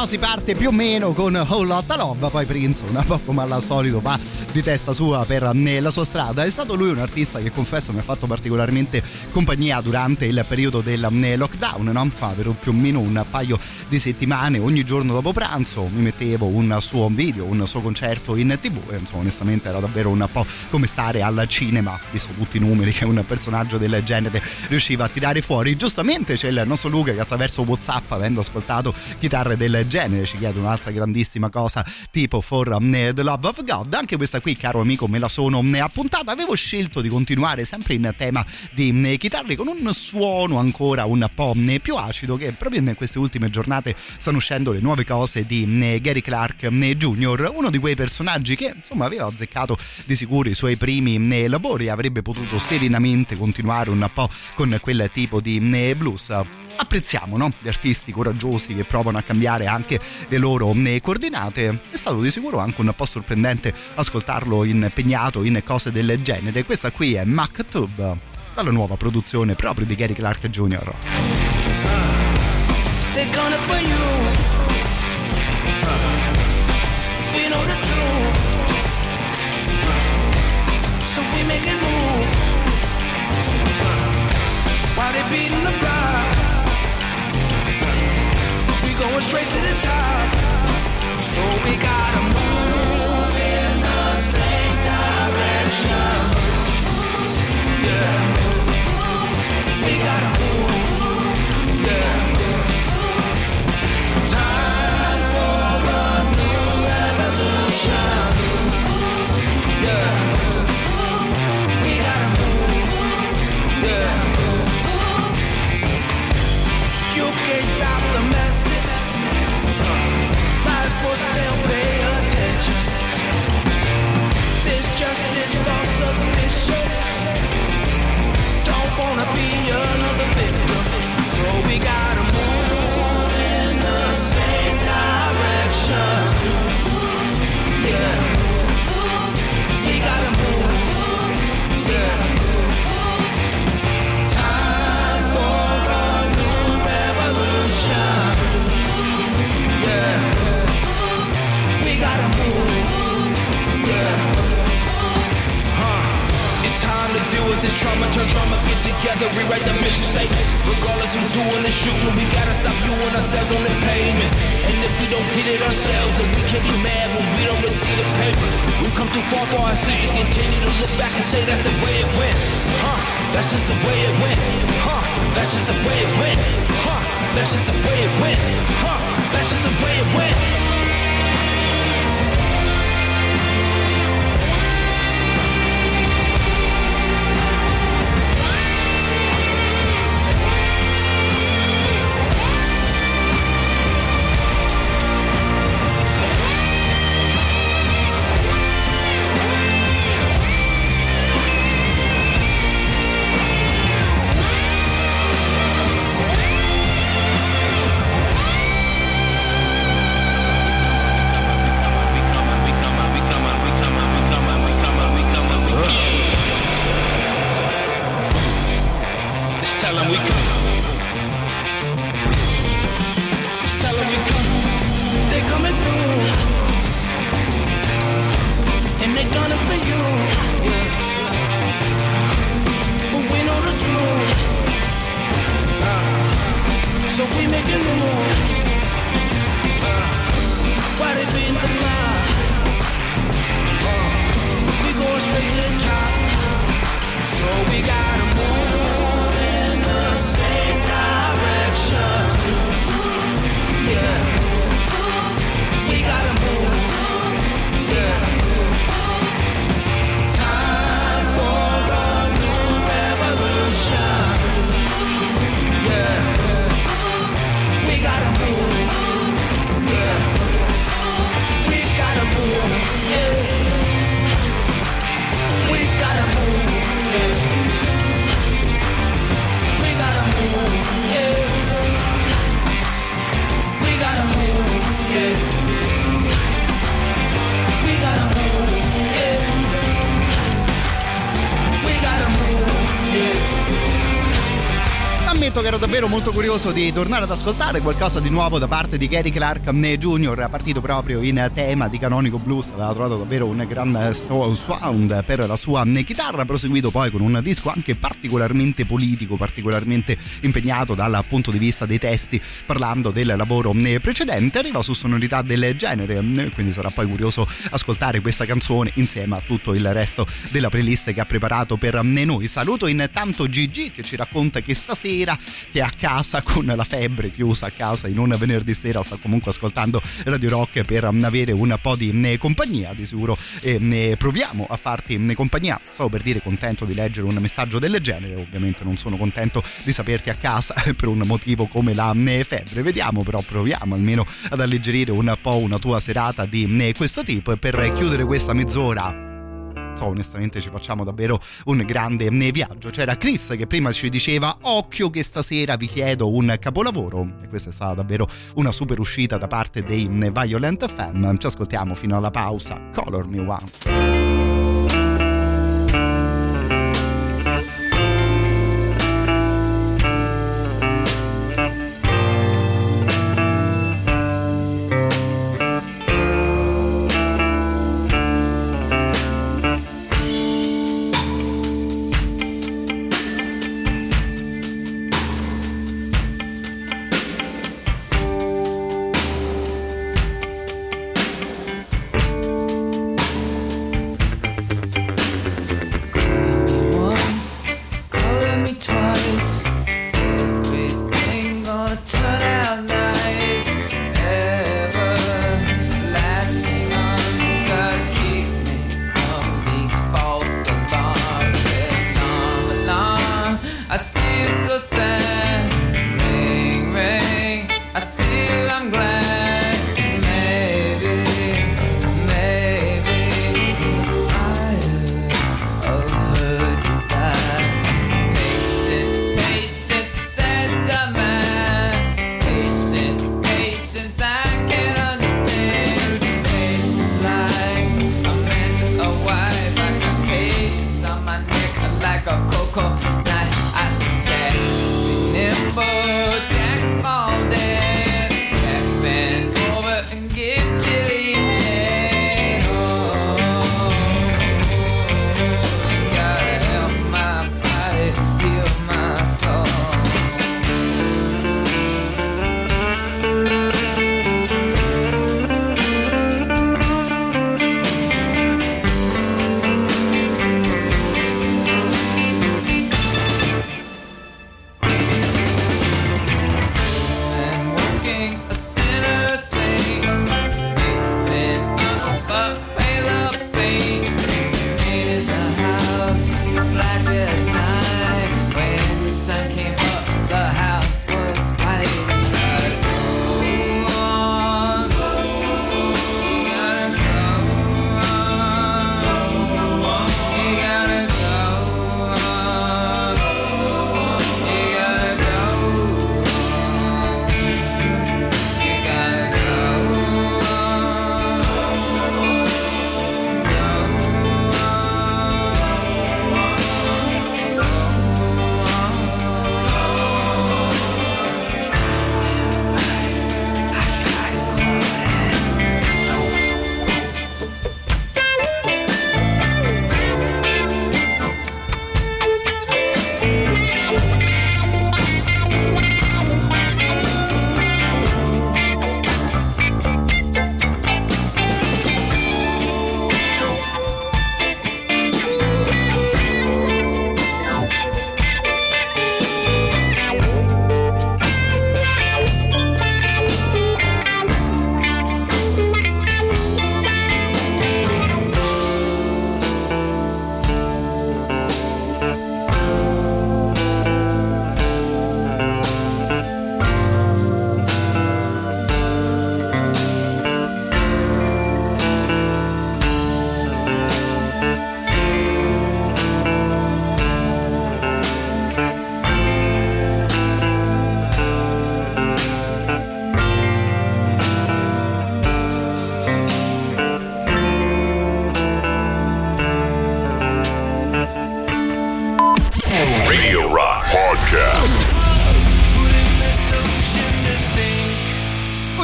però si parte più o meno con Whole Lotta Love, poi Prince un po' come al solito va di testa sua per la sua strada. È stato lui un artista che confesso mi ha fatto particolarmente compagnia durante il periodo del lockdown, no? Insomma, per più o meno un paio di settimane ogni giorno dopo pranzo mi mettevo un suo video, un suo concerto in TV e insomma onestamente era davvero un po' come stare al cinema, visto tutti i numeri che un personaggio del genere riusciva a tirare fuori. Giustamente c'è il nostro Luca che attraverso WhatsApp, avendo ascoltato chitarre del genere, ci chiede un'altra grandissima cosa tipo For the Love of God. Anche questa qui, caro amico, me la sono appuntata. Avevo scelto di continuare sempre in tema di chitarre con un suono ancora un po' più acido, che proprio in queste ultime giornate stanno uscendo le nuove cose di Gary Clark Jr., uno di quei personaggi che insomma aveva azzeccato di sicuro i suoi primi lavori e avrebbe potuto serenamente continuare un po' con quel tipo di blues. Apprezziamo, no? Gli artisti coraggiosi che provano a cambiare anche le loro coordinate. È stato di sicuro anche un po' sorprendente ascoltarlo impegnato in cose del genere. Questa qui è Maktub, dalla nuova produzione proprio di Gary Clark Jr. They're gonna for you. We know the truth. So we make a move. While they beating the block, we going straight to the top. So we gotta move in the same direction. Yeah. We gotta move. Yeah. Time for a new revolution. Yeah. We gotta move. Yeah. You can't stop the message. Lies for sale, pay attention. This justice on suspicion. Don't wanna be another victim. So we gotta move in the same direction. Yeah. We gotta move. Yeah. Time for a new revolution. Yeah. We gotta move. Yeah. It's time to deal with this trauma, turn drama, get together, rewrite the mission statement. Regardless who's doing the shooting, we gotta stop viewing ourselves on the pavement. And if we don't get it ourselves, then we can't be mad when we don't receive the paper. We've come too far for our sins to continue to look back and say that's the way it went. That's just the way it went. That's just the way it went. That's just the way it went. That's just the way it went. che ero davvero molto curioso di tornare ad ascoltare qualcosa di nuovo da parte di Gary Clark Jr., partito proprio in tema di Canonico Blues. Aveva trovato davvero un gran sound per la sua chitarra, proseguito poi con un disco anche particolarmente politico, particolarmente impegnato dal punto di vista dei testi, parlando del lavoro precedente. Arriva su sonorità del genere, quindi sarà poi curioso ascoltare questa canzone insieme a tutto il resto della playlist che ha preparato per noi. Saluto intanto Gigi che ci racconta che stasera, che è a casa con la febbre, chiusa a casa in un venerdì sera, sta comunque ascoltando Radio Rock per avere un po' di compagnia. Di sicuro proviamo a farti compagnia. Stavo per dire contento di leggere un messaggio del genere, ovviamente non sono contento di saperti a casa per un motivo come la febbre. Vediamo, però proviamo almeno ad alleggerire un po' una tua serata di questo tipo. E per chiudere questa mezz'ora, onestamente ci facciamo davvero un grande viaggio. C'era Chris che prima ci diceva occhio che stasera vi chiedo un capolavoro, e questa è stata davvero una super uscita da parte dei Violent Femmes. Ci ascoltiamo fino alla pausa Color Me Once.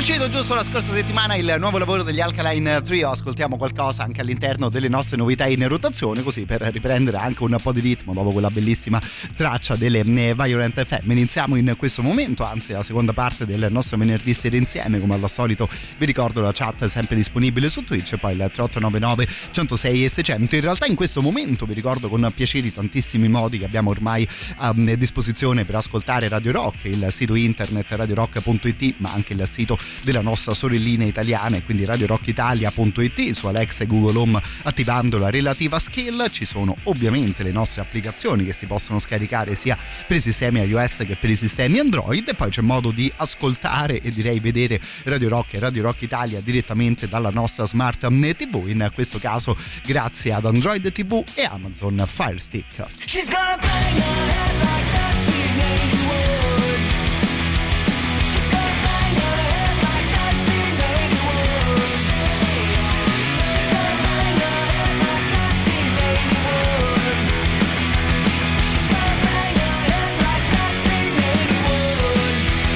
Uscito giusto la scorsa settimana il nuovo lavoro degli Alkaline Trio, ascoltiamo qualcosa anche all'interno delle nostre novità in rotazione, così per riprendere anche un po' di ritmo dopo quella bellissima traccia delle Violent Femme. Iniziamo in questo momento, anzi la seconda parte del nostro venerdì sera insieme, come al solito vi ricordo la chat è sempre disponibile su Twitch e poi il 3899 106 e 600. In realtà in questo momento vi ricordo con piacere i tantissimi modi che abbiamo ormai a disposizione per ascoltare Radio Rock, il sito internet radiorock.it, ma anche il sito della nostra sorellina italiana, e quindi radiorockitalia.it, su Alexa e Google Home attivando la relativa skill. Ci sono ovviamente le nostre applicazioni che si possono scaricare sia per i sistemi iOS che per i sistemi Android, e poi c'è modo di ascoltare e direi vedere Radio Rock e Radio Rock Italia direttamente dalla nostra Smart TV, in questo caso grazie ad Android TV e Amazon Fire Stick. She's gonna bang her head like that teenage wood. She's gonna bang her head like that teenage wood. She's gonna bang her head like that teenage wood. She's gonna bang her head like that teenage wood.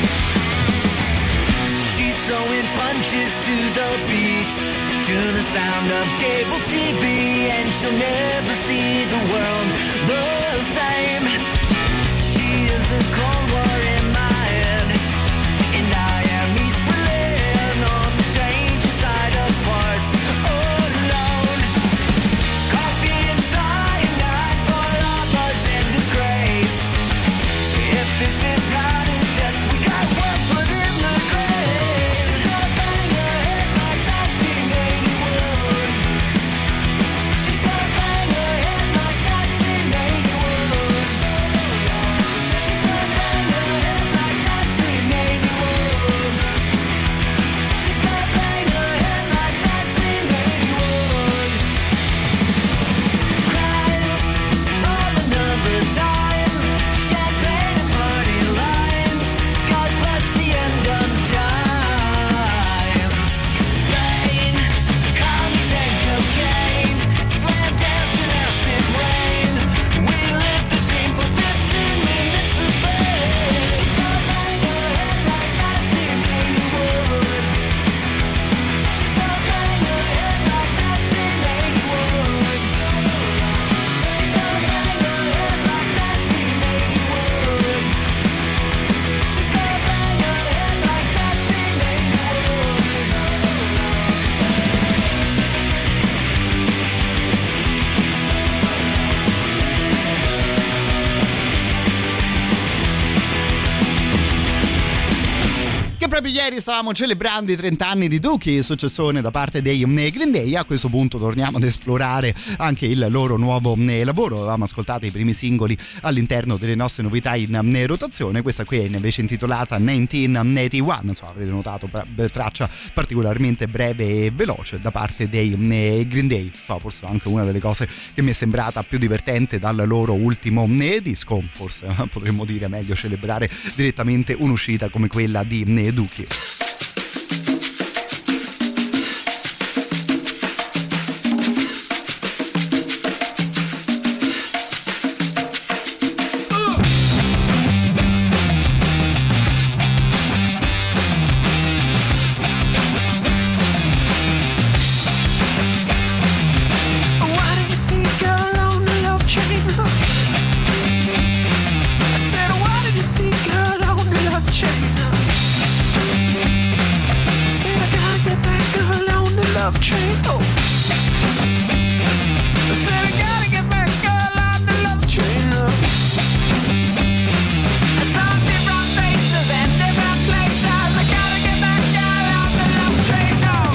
She's throwing punches to the beat, to the sound of cable TV, and she'll never see the world the same. She is a Cold War in my head, and I am East Berlin on the danger side of parts alone. Coffee and cyanide for lovers in disgrace. If this is not a test, we got work put in the grave. She's gonna bang her head like that teenage wood. She's gonna bang her head like that teenage wood. She's gonna bang her head like that teenage wood. She's gonna bang her head like that teenage wood. Crimes of another time, champagne and party lines. God bless the end of times. Rain, commies and cocaine, slam dance and acid rain. We live the dream for 15 minutes of fame. She's gonna bang her head like that teenage wood. She's gonna bang her head like that teenage wood. She's gonna bang her head like that teenage wood. She's gonna bang her head like that teenage Che proprio ieri stavamo celebrando i 30 anni di Dookie, successone da parte dei Green Day. A questo punto torniamo ad esplorare anche il loro nuovo lavoro. Avevamo ascoltato i primi singoli all'interno delle nostre novità in rotazione. Questa qui è invece intitolata 1981, insomma avrete notato, traccia particolarmente breve e veloce da parte dei Green Day. Forse anche una delle cose che mi è sembrata più divertente dal loro ultimo disco. Forse potremmo dire meglio celebrare direttamente un'uscita come quella di Dookie. Why did you see a girl on the love train? I said, why did you see a girl on the love train? I said, I gotta get that girl on the love train. Oh. I said, I gotta get that girl on the love train. I saw different faces and different places. I gotta get that girl on the love train. Oh.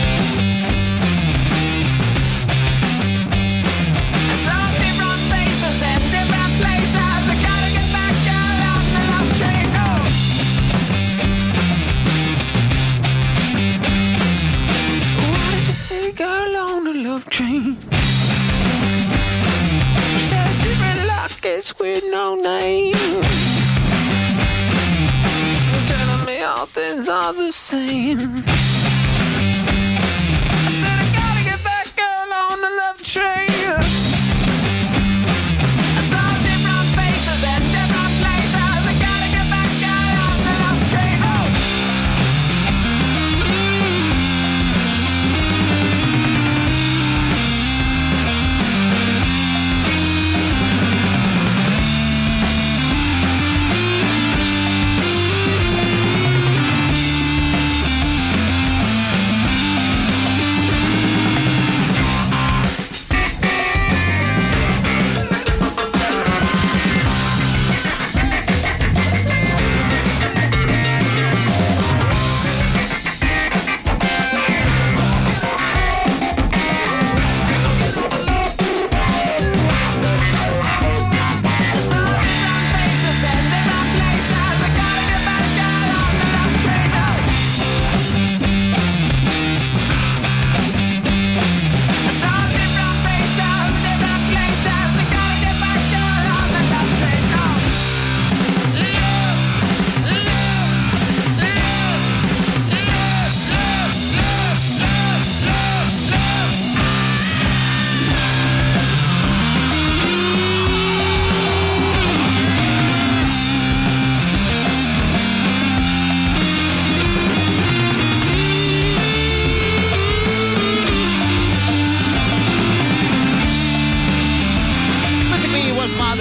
I saw different faces and different places. I gotta get that girl on the love train. Oh. Why did you see a girl on the love train? Said different lockets with no name. Telling me all things are the same. I said I gotta get that girl on the love train. I saw different faces and different places. I gotta get that girl on the love train. Oh.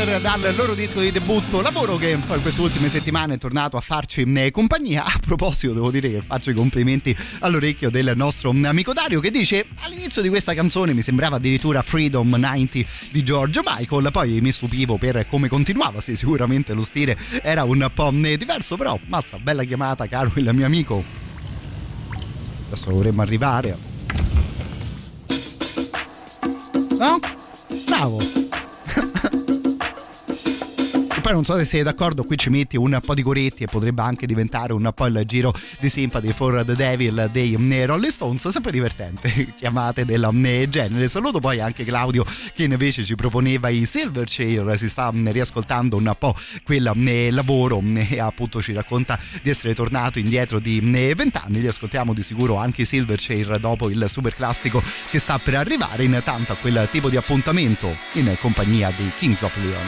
Together dal loro disco di debutto, lavoro che in queste ultime settimane è tornato a farci compagnia. A proposito, devo dire che faccio i complimenti all'orecchio del nostro amico Dario, che dice: all'inizio di questa canzone mi sembrava addirittura Freedom 90 di George Michael, poi mi stupivo per come continuava. Sì, sicuramente lo stile era un po' diverso, però mazza, bella chiamata, caro il mio amico. Adesso dovremmo arrivare, no? Bravo. E poi non so se siete d'accordo, qui ci metti un po' di coretti e potrebbe anche diventare un po' il giro di Sympathy for the Devil dei Rolling Stones. Sempre divertente, chiamate del genere. Saluto poi anche Claudio, che invece ci proponeva i Silverchair. Si sta riascoltando un po' quel lavoro e appunto ci racconta di essere tornato indietro di 20 anni. Li ascoltiamo di sicuro anche i Silverchair dopo il super classico che sta per arrivare. Intanto a quel tipo di appuntamento in compagnia dei Kings of Leon.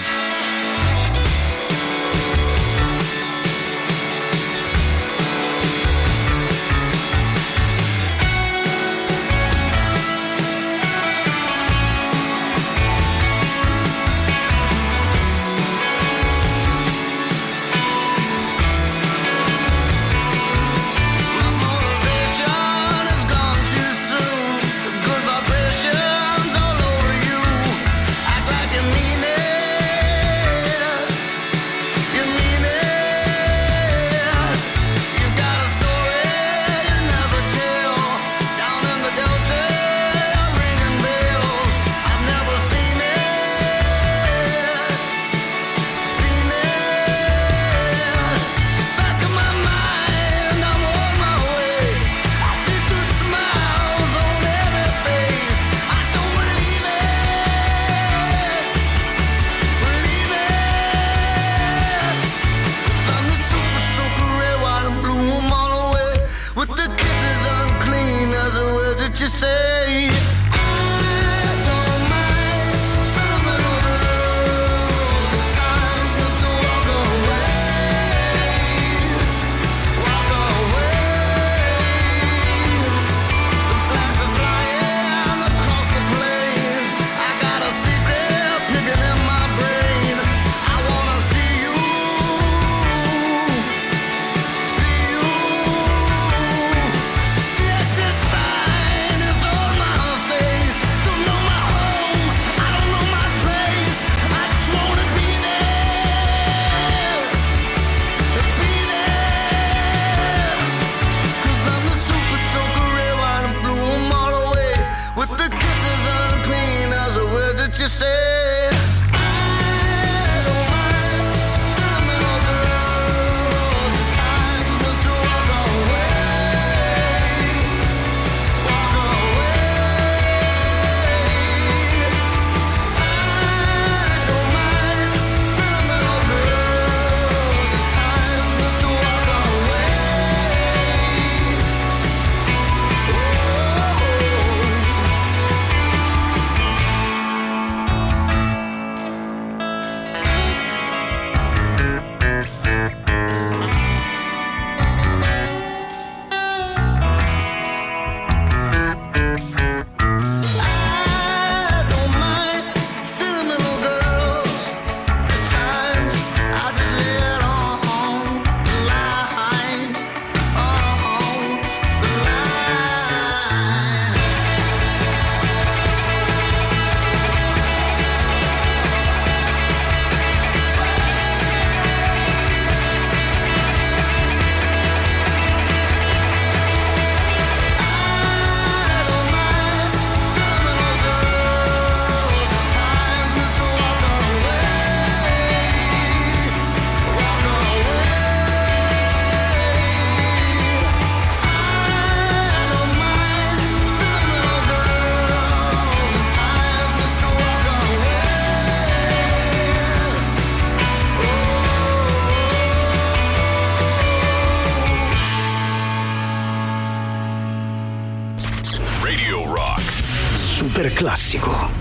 super classico.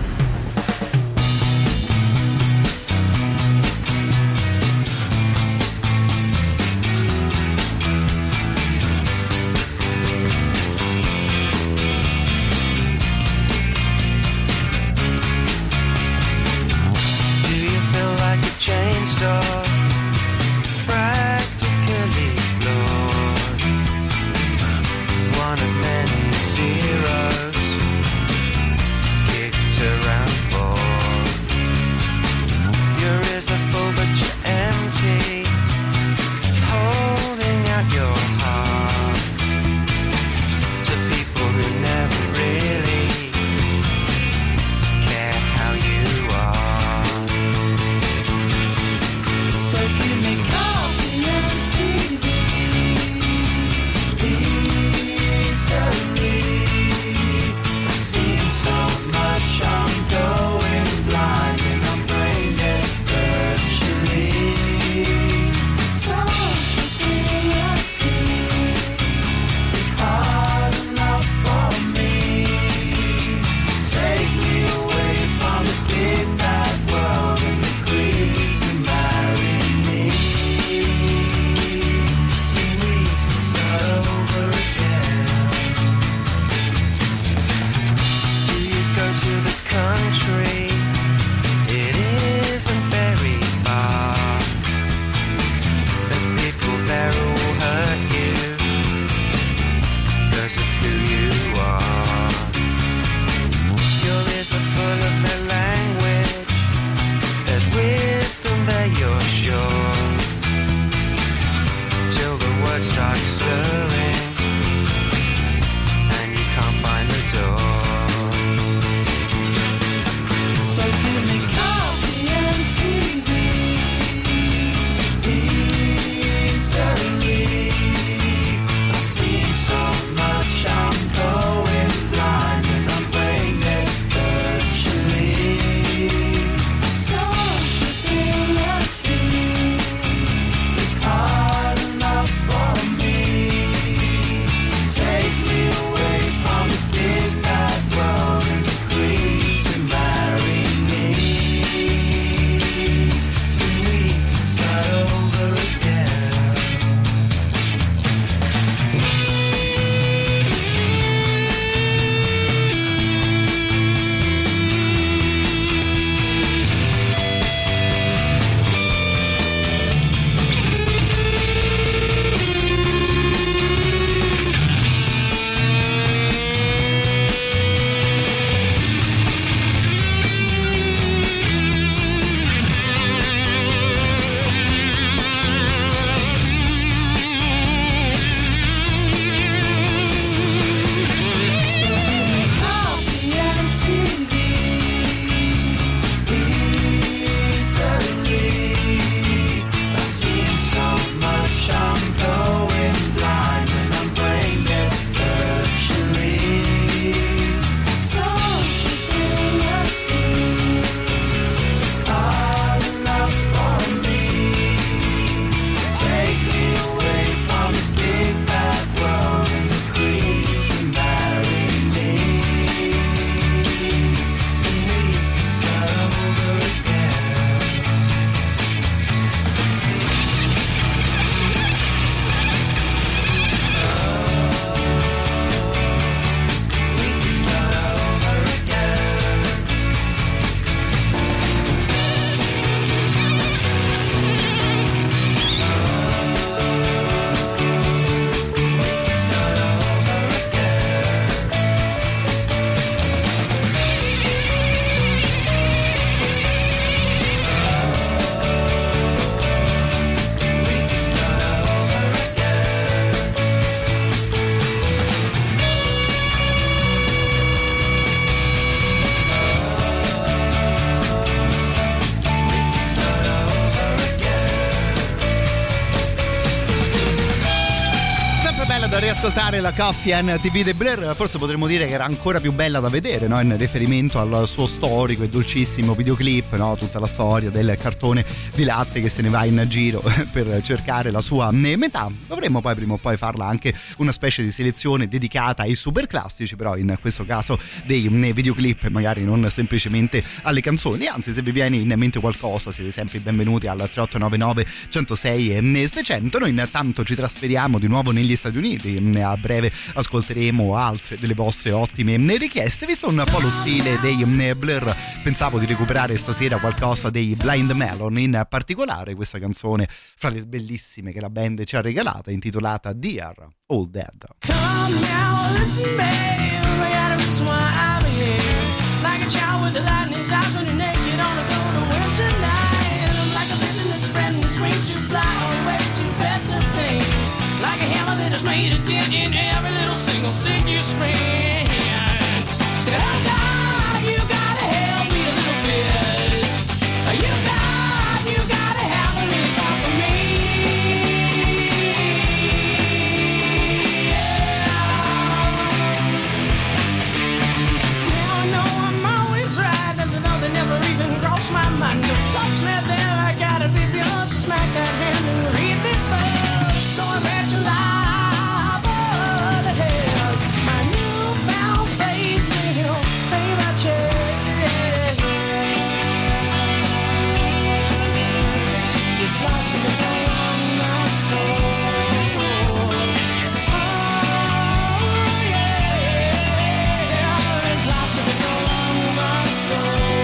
Do you feel like a riascoltare la Coffee and TV The Blur, forse potremmo dire che era ancora più bella da vedere, no? In riferimento al suo storico e dolcissimo videoclip, no? Tutta la storia del cartone di latte che se ne va in giro per cercare la sua metà. Dovremmo poi prima o poi farla anche una specie di selezione dedicata ai super classici, però in questo caso dei videoclip, magari non semplicemente alle canzoni. Anzi, se vi viene in mente qualcosa siete sempre benvenuti al 3899 106 e 600. Noi intanto ci trasferiamo di nuovo negli Stati Uniti, a breve ascolteremo altre delle vostre ottime richieste. Visto un po' lo stile dei Blur, pensavo di recuperare stasera qualcosa dei Blind Melon, in particolare questa canzone fra le bellissime che la band ci ha regalata, intitolata Dear Old Dad. Come now, listen, babe, I got a reason why I'm here. Like a child with the light in his eyes when you're naked on a cold winter night. I'm like a pigeon that's spreading his wings to fly away to better things. Like a hammer that has made a dent in every little single sin you spends. Said, oh God, you gotta help me a little bit. You gotta have a really far for me. Now I know I'm always right. There's another never even crossed my mind. Don't touch me there, I gotta be yours. So smack that hand and read this verse. So I bet you lie over the head. My newfound faith will pay my check. It's lost in control of my soul. Oh yeah, it's lost in control of my soul.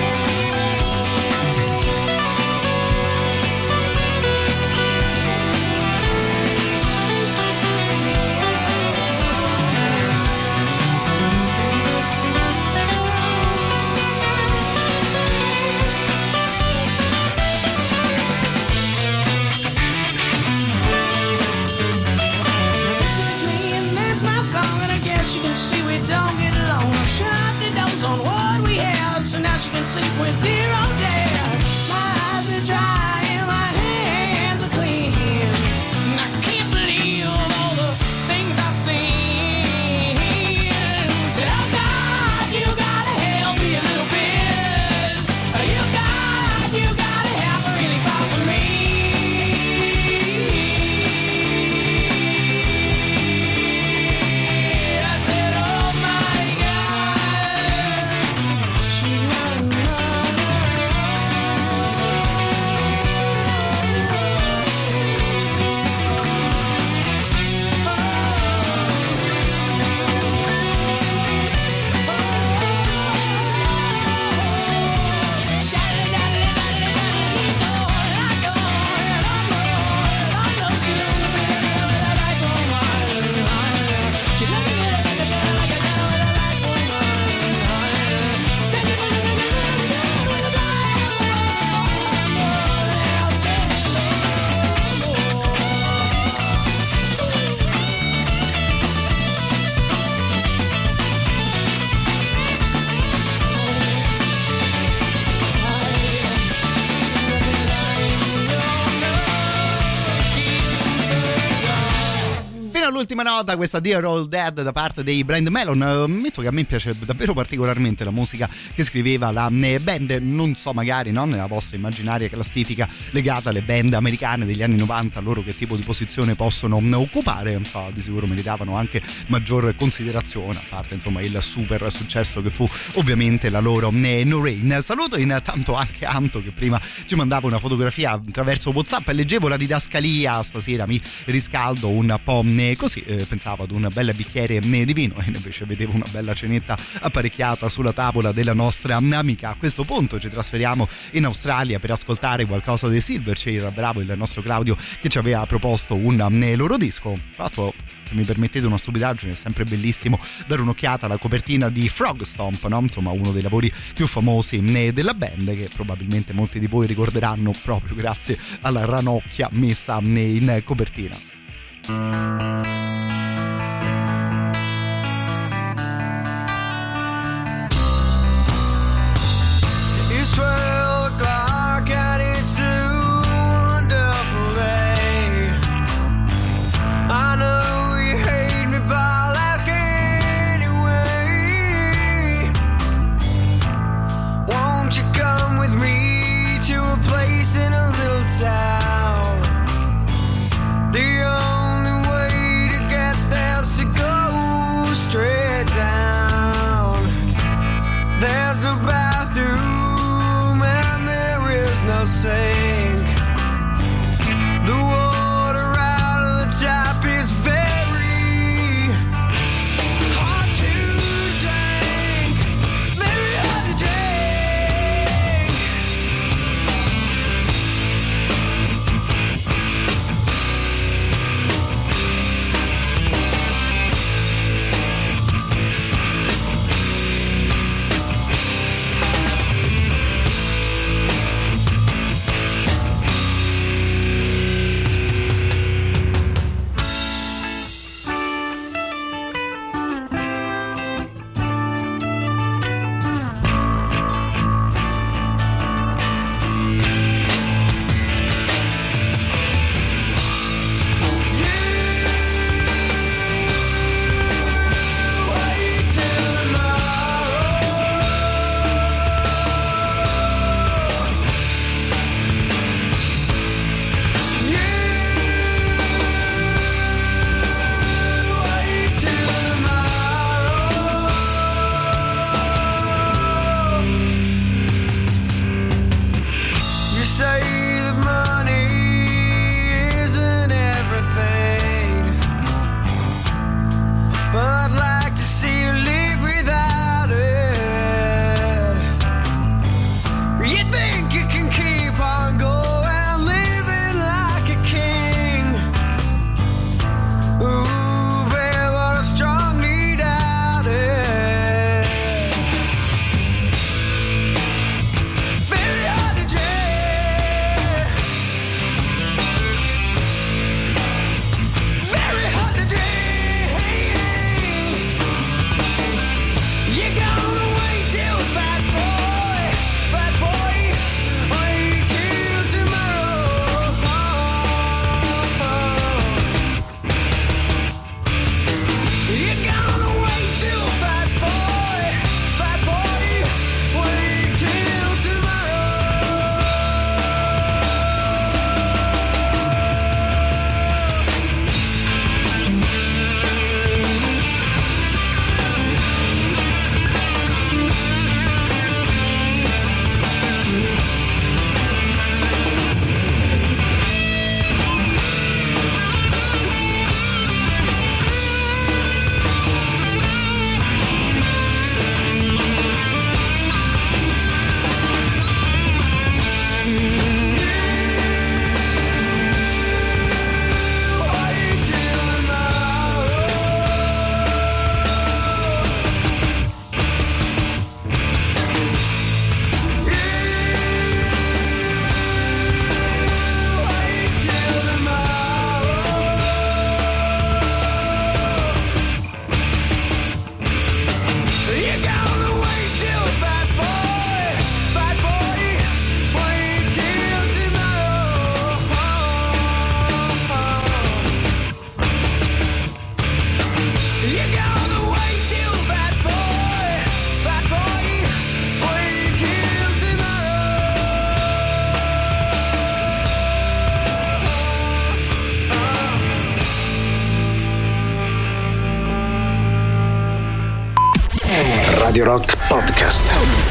You can see we don't get along. I've shut the doors on what we had, so now she can sleep with dear old dad. My eyes are dry and my hands are clean, and I can't believe all the things I've seen. Said, oh God, you gotta help me a little bit. You gotta have a really far for me. L'ultima nota, questa Dear Old Dad da parte dei Blind Melon. Ammetto che a me piace davvero particolarmente la musica che scriveva la band, non so, magari no, nella vostra immaginaria classifica legata alle band americane degli anni 90, loro che tipo di posizione possono occupare, di sicuro meritavano anche maggior considerazione, a parte insomma il super successo che fu ovviamente la loro No Rain. Saluto intanto anche Anto, che prima ci mandava una fotografia attraverso WhatsApp. Leggevo la didascalia, stasera mi riscaldo un po' così, pensavo ad un bel bicchiere di vino e invece vedevo una bella cenetta apparecchiata sulla tavola della nostra amica. A questo punto ci trasferiamo in Australia per ascoltare qualcosa dei Silverchair. Bravo il nostro Claudio che ci aveva proposto un loro disco. Tra l'altro, se mi permettete una stupidaggine, è sempre bellissimo dare un'occhiata alla copertina di Frog Stomp, no? Insomma, uno dei lavori più famosi della band, che probabilmente molti di voi ricorderanno proprio grazie alla ranocchia messa in copertina. It's 12 o'clock and it's a wonderful day. I know you hate me. will sink. The water out of the tap is very hard to drink. Very hard to drink. Radio Rock Podcast.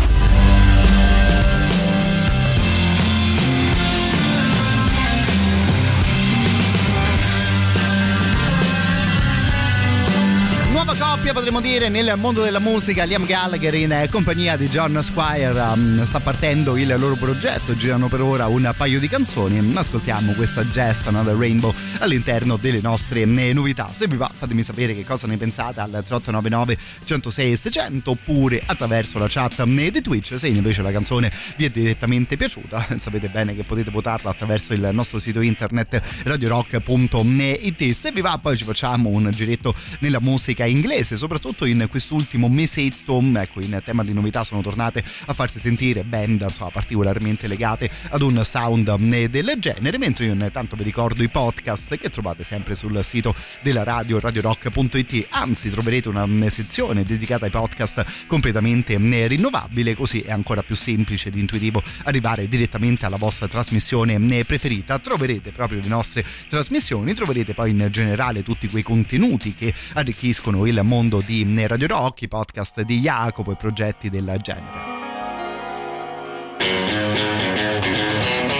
Nuova coppia, potremmo dire, nel mondo della musica. Liam Gallagher in compagnia di John Squire. Sta partendo il loro progetto, girano per ora un paio di canzoni. Ascoltiamo questa Just Another Rainbow all'interno delle nostre novità. Se vi va, fatemi sapere che cosa ne pensate al 3899 106 600 oppure attraverso la chat di Twitch. Se invece la canzone vi è direttamente piaciuta, sapete bene che potete votarla attraverso il nostro sito internet radiorock.it. Se vi va, poi ci facciamo un giretto nella musica inglese, soprattutto in quest'ultimo mesetto. Ecco, in tema di novità sono tornate a farsi sentire band particolarmente legate ad un sound del genere, mentre io intanto vi ricordo i podcast che trovate sempre sul sito della radio, radiorock.it. Anzi, troverete una sezione dedicata ai podcast completamente rinnovabile, così è ancora più semplice ed intuitivo arrivare direttamente alla vostra trasmissione preferita. Troverete proprio le nostre trasmissioni, troverete poi in generale tutti quei contenuti che arricchiscono il mondo di Radio Rock, i podcast di Jacopo e progetti del genere.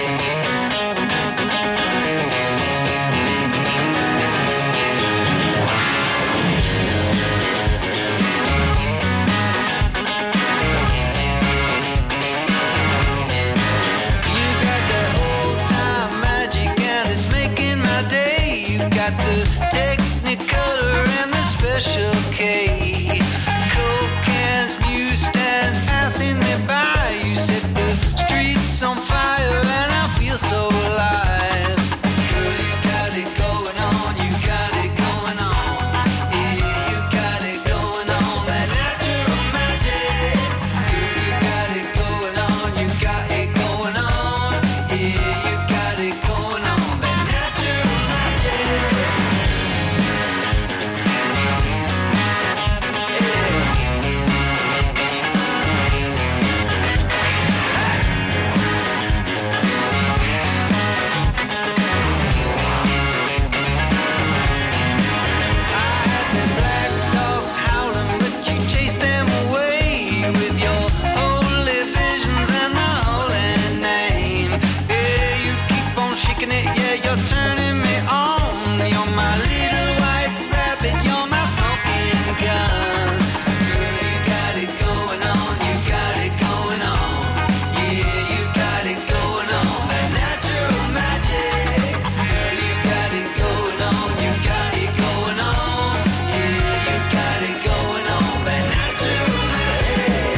Technicolor and the Special K. Coke cans, newsstands passing me by. You set the streets on fire and I feel so alive. Girl, you got it going on, you got it going on. Yeah, you got it going on, that natural magic. Girl, you got it going on, you got it going on. Yeah, you got it going on, that natural magic. Turning me on, you're my little white rabbit, you're my smoking gun. Girl, you got it going on, you got it going on. Yeah, you got it going on, that natural magic. Girl, you got it going on, you got it going on. Yeah, you got it going on, that natural magic.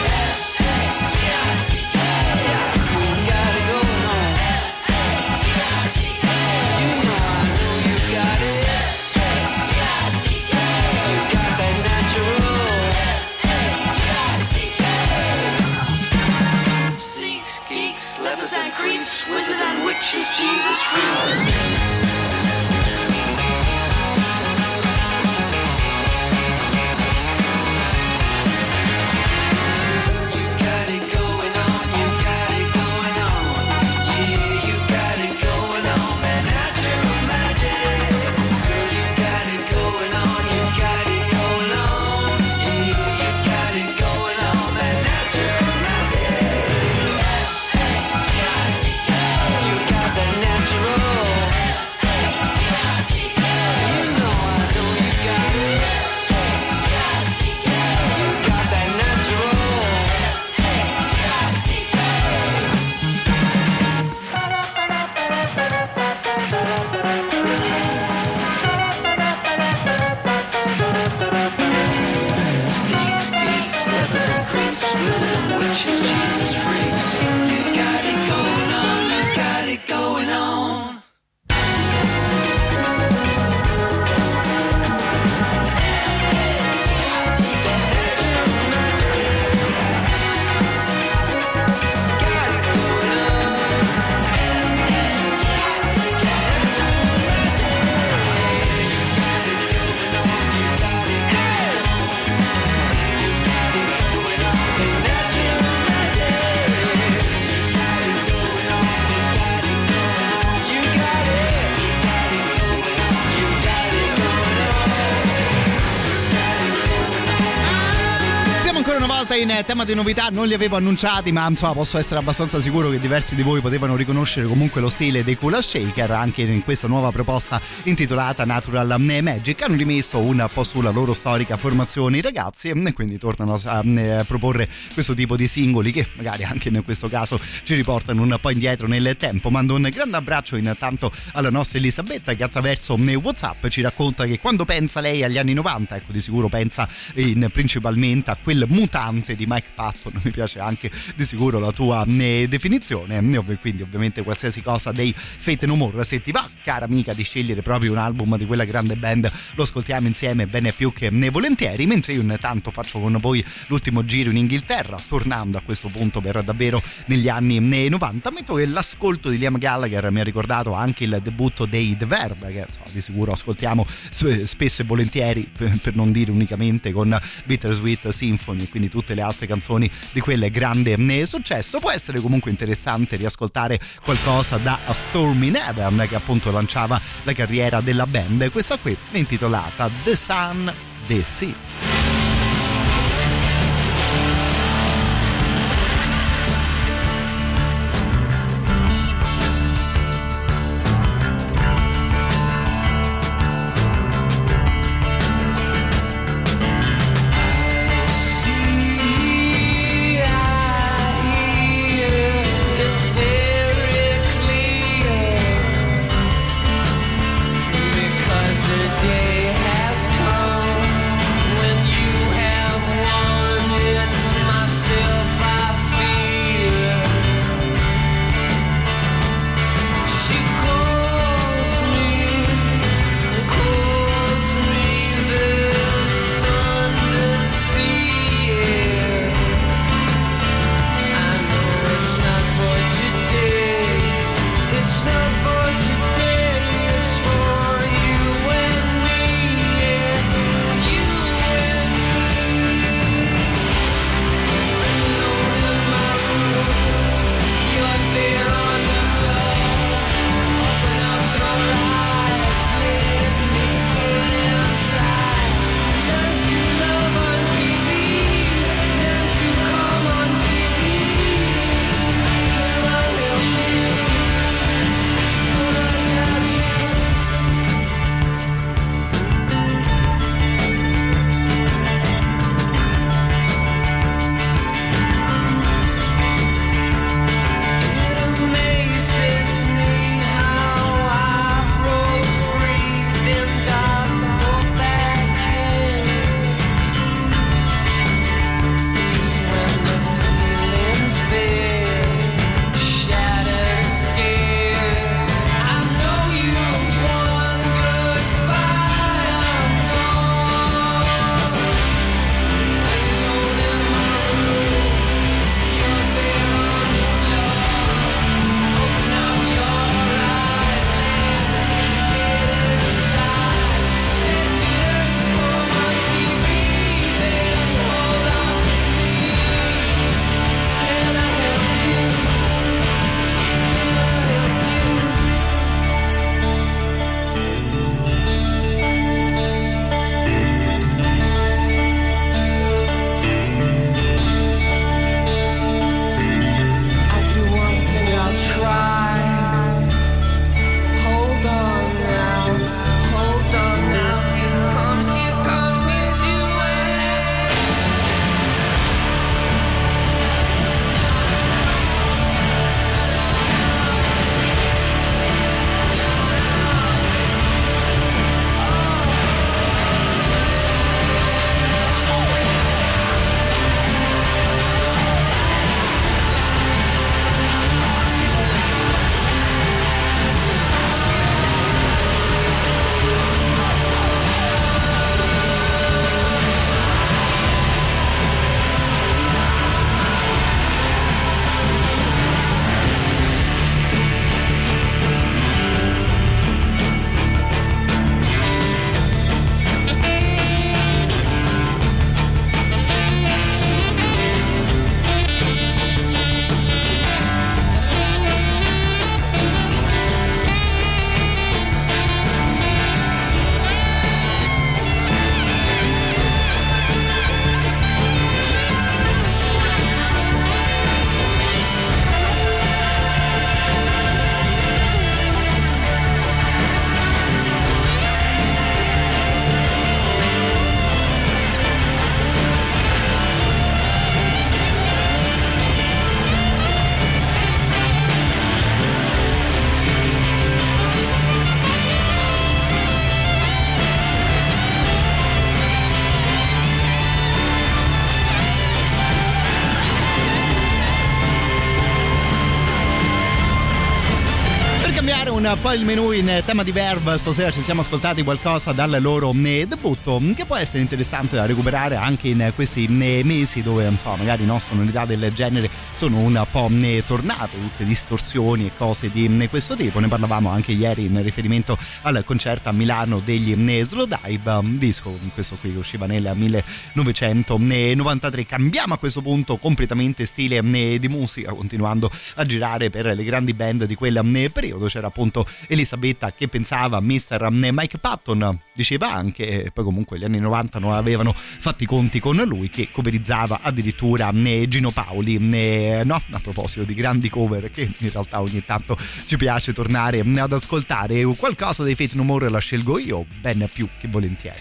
Yeah, you got it going on. And creeps, wizards and witches, Jesus freaks. In tema di novità non li avevo annunciati, ma insomma posso essere abbastanza sicuro che diversi di voi potevano riconoscere comunque lo stile dei Kula Shaker anche in questa nuova proposta intitolata Natural Magic. Hanno rimesso un po' sulla loro storica formazione i ragazzi e quindi tornano a proporre questo tipo di singoli che magari anche in questo caso ci riportano un po' indietro nel tempo. Mando un grande abbraccio intanto alla nostra Elisabetta che attraverso WhatsApp ci racconta che quando pensa lei agli anni 90, ecco di sicuro pensa principalmente a quel mutante di Mike Patton. Mi piace anche di sicuro la tua definizione, quindi ovviamente qualsiasi cosa dei Faith No More. Se ti va, cara amica, di scegliere proprio un album di quella grande band, lo ascoltiamo insieme bene più che volentieri, mentre io intanto faccio con voi l'ultimo giro in Inghilterra, tornando a questo punto per davvero negli anni 90. Ammetto che l'ascolto di Liam Gallagher mi ha ricordato anche il debutto dei The Verve, che di sicuro ascoltiamo spesso e volentieri, per non dire unicamente, con Bittersweet Symphony, quindi tutte le altre canzoni di quel grande successo. Può essere comunque interessante riascoltare qualcosa da A Storm in Heaven, che appunto lanciava la carriera della band. Questa qui è intitolata The Sun, The Sea. Because cambiare un po' il menù in tema di Verve, stasera ci siamo ascoltati qualcosa dal loro debutto, che può essere interessante da recuperare anche in questi mesi dove insomma magari no, sonorità del genere sono un po' tornate, tutte distorsioni e cose di questo tipo. Ne parlavamo anche ieri in riferimento al concerto a Milano degli Slowdive, un disco questo qui che usciva nel 1993. Cambiamo a questo punto completamente stile di musica, continuando a girare per le grandi band di quel periodo. C'era appunto Elisabetta che pensava a Mr. Mike Patton, diceva anche, poi comunque gli anni 90 non avevano fatti i conti con lui, che coverizzava addirittura Gino Paoli, no, a proposito di grandi cover che in realtà ogni tanto ci piace tornare ad ascoltare. Qualcosa dei Faith No More la scelgo io ben più che volentieri.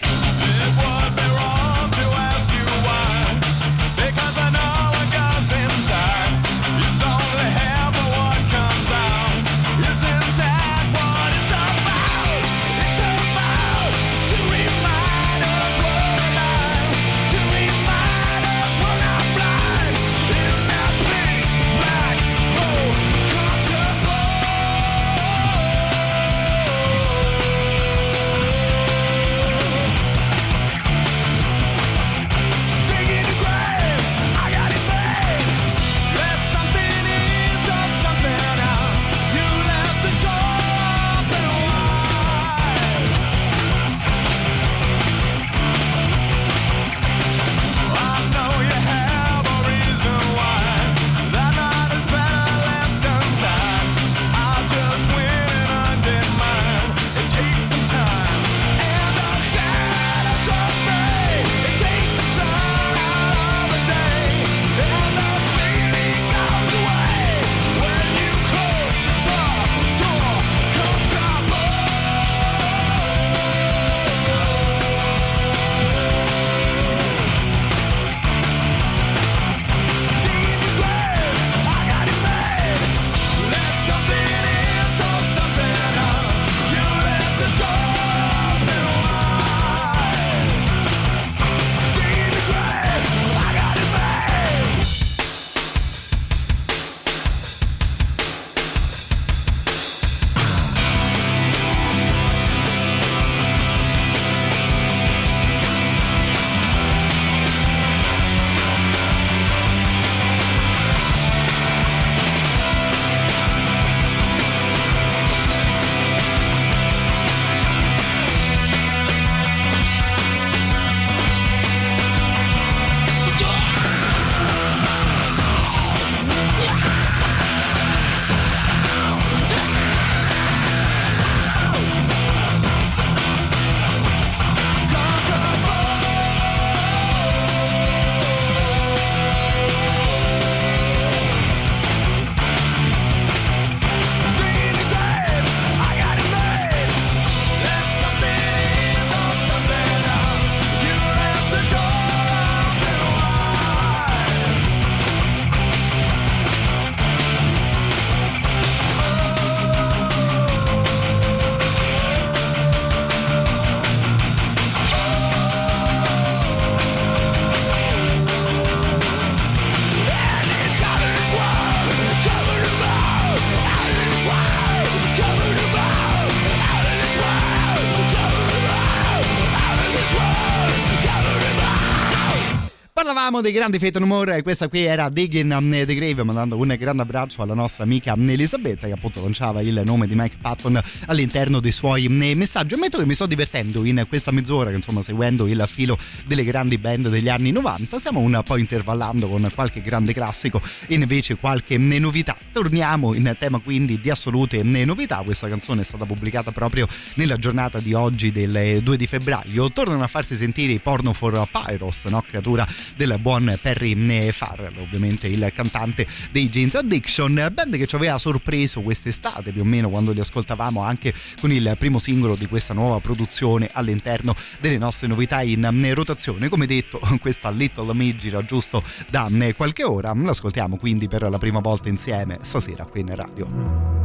Parlavamo dei grandi Faith No More e questa qui era Digging the Grave, mandando un grande abbraccio alla nostra amica Elisabetta, che appunto lanciava il nome di Mike Patton all'interno dei suoi messaggi. Ammetto che mi sto divertendo in questa mezz'ora, che insomma seguendo il filo delle grandi band degli anni 90 stiamo un po' intervallando con qualche grande classico e invece qualche novità. Torniamo in tema quindi di assolute novità. Questa canzone è stata pubblicata proprio nella giornata di oggi del 2 di febbraio. Tornano a farsi sentire i Porno for Pyros, no? Creatura del buon Perry Farrell, ovviamente il cantante dei Jane's Addiction, band che ci aveva sorpreso quest'estate più o meno quando li ascoltavamo anche con il primo singolo di questa nuova produzione all'interno delle nostre novità in rotazione. Come detto, questa Little Me gira giusto da qualche ora, l'ascoltiamo quindi per la prima volta insieme stasera qui in radio.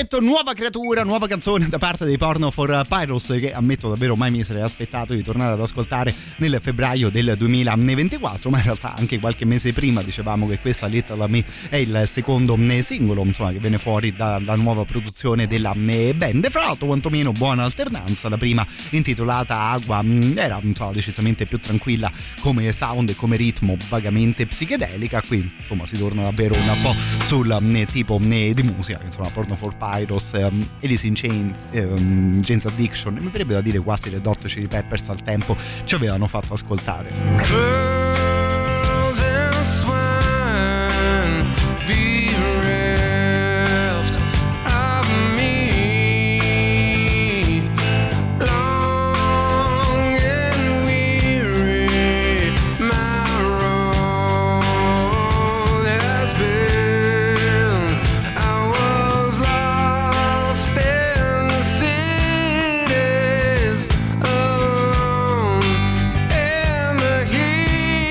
detto, nuova creatura, nuova canzone da parte dei Porno for Pyros, che ammetto davvero mai mi sarei aspettato di tornare ad ascoltare nel febbraio del 2024, ma in realtà anche qualche mese prima dicevamo che questa Little Me è il secondo singolo, insomma, che viene fuori dalla nuova produzione della band. Fra l'altro quantomeno buona alternanza, la prima intitolata Agua era, insomma, decisamente più tranquilla come sound e come ritmo, vagamente psichedelica. Qui insomma si torna davvero un po' sul tipo di musica, insomma, Porno for Pyros, Alice in Chains, Jane's Addiction, mi verrebbe da dire quasi le Hot Chili Peppers al tempo ci avevano fatto ascoltare. Birds and swine bereft of me, long and weary my road has been. I was lost in the cities alone, and the heat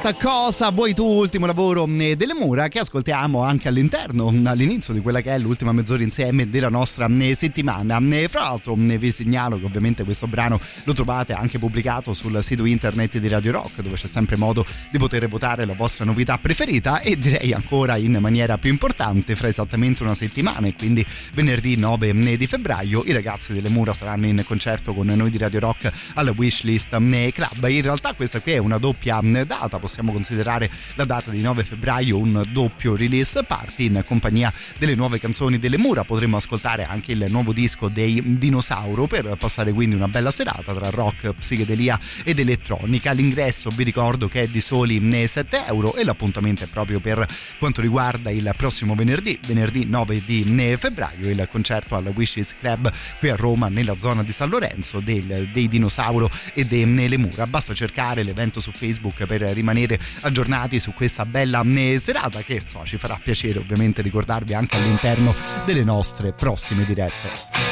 diretta Cosa vuoi tu, ultimo lavoro delle Mura, che ascoltiamo anche all'inizio di quella che è l'ultima mezz'ora insieme della nostra settimana. Fra l'altro vi segnalo che ovviamente questo brano lo trovate anche pubblicato sul sito internet di Radio Rock, dove c'è sempre modo di poter votare la vostra novità preferita, e direi ancora in maniera più importante fra esattamente una settimana, e quindi venerdì 9 di febbraio i ragazzi delle Mura saranno in concerto con noi di Radio Rock al Wishlist Club. In realtà questa qui è una doppia data, possiamo considerare la data di 9 febbraio un doppio release party in compagnia delle nuove canzoni delle Mura. Potremmo ascoltare anche il nuovo disco dei Dinosauro per passare quindi una bella serata tra rock, psichedelia ed elettronica. L'ingresso vi ricordo che è di soli €7 e l'appuntamento è proprio per quanto riguarda il prossimo venerdì 9 di febbraio, il concerto al Wishes Club qui a Roma nella zona di San Lorenzo dei Dinosauro e delle Mura. Basta cercare l'evento su Facebook per rimanere aggiornati su questa bella serata che ci farà piacere ovviamente ricordarvi anche all'interno delle nostre prossime dirette.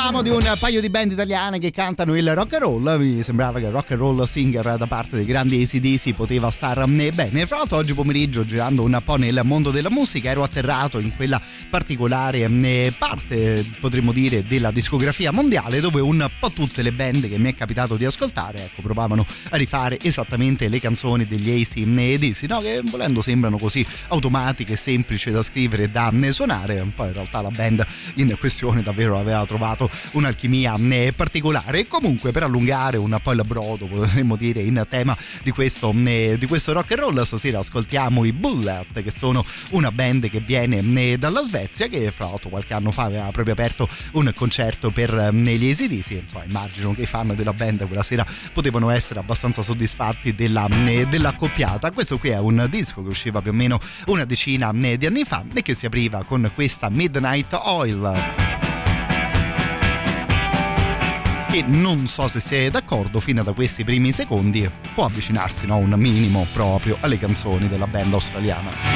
Parlavamo di un paio di band italiane che cantano il rock and roll. Mi sembrava che il rock and roll singer da parte dei grandi AC/DC poteva star bene. Fra l'altro oggi pomeriggio, girando un po' nel mondo della musica, ero atterrato in quella particolare parte, potremmo dire, della discografia mondiale, dove un po' tutte le band che mi è capitato di ascoltare, ecco, provavano a rifare esattamente le canzoni degli AC/DC, no? Che volendo sembrano così automatiche e semplici da scrivere e da suonare. Poi in realtà la band in questione davvero aveva trovato un'alchimia particolare. E comunque, per allungare un po' il brodo, potremmo dire, in tema di questo rock and roll, stasera ascoltiamo i Bullet, che sono una band che viene dalla Svezia, che fra l'altro qualche anno fa aveva proprio aperto un concerto per gli AC/DC. Insomma, immagino che i fan della band quella sera potevano essere abbastanza soddisfatti dell'accoppiata. Questo qui è un disco che usciva più o meno una decina di anni fa e che si apriva con questa Midnight Oil, che non so se siete d'accordo, fino da questi primi secondi può avvicinarsi, no, un minimo proprio alle canzoni della band australiana.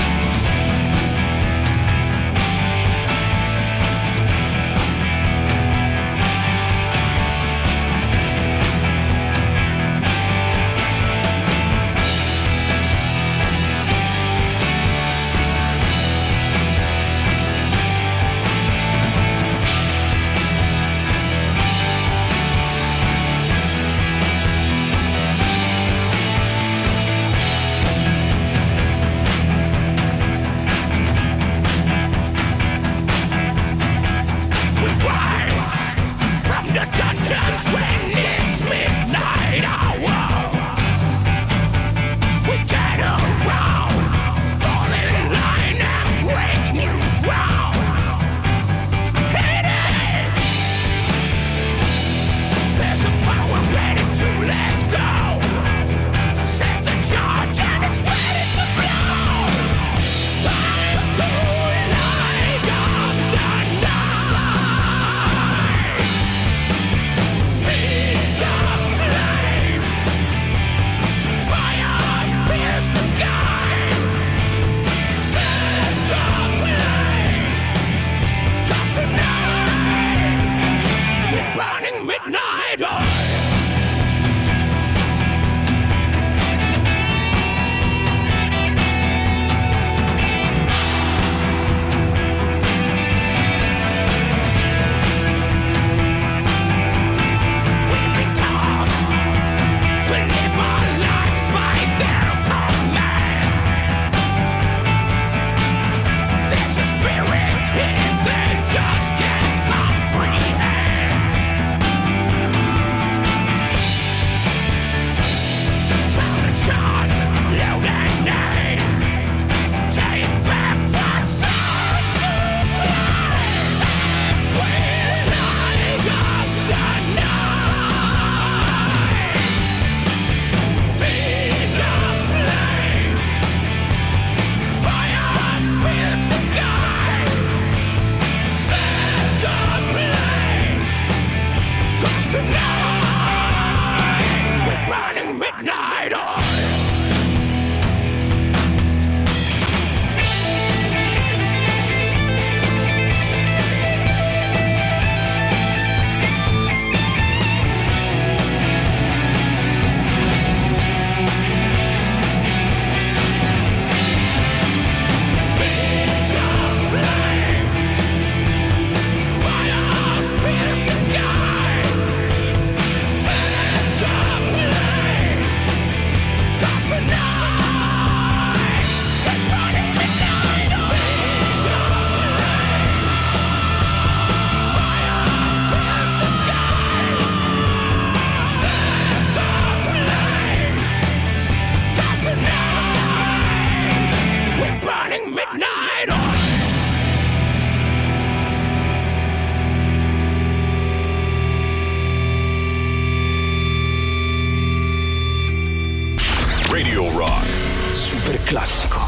Radio Rock. Super classico.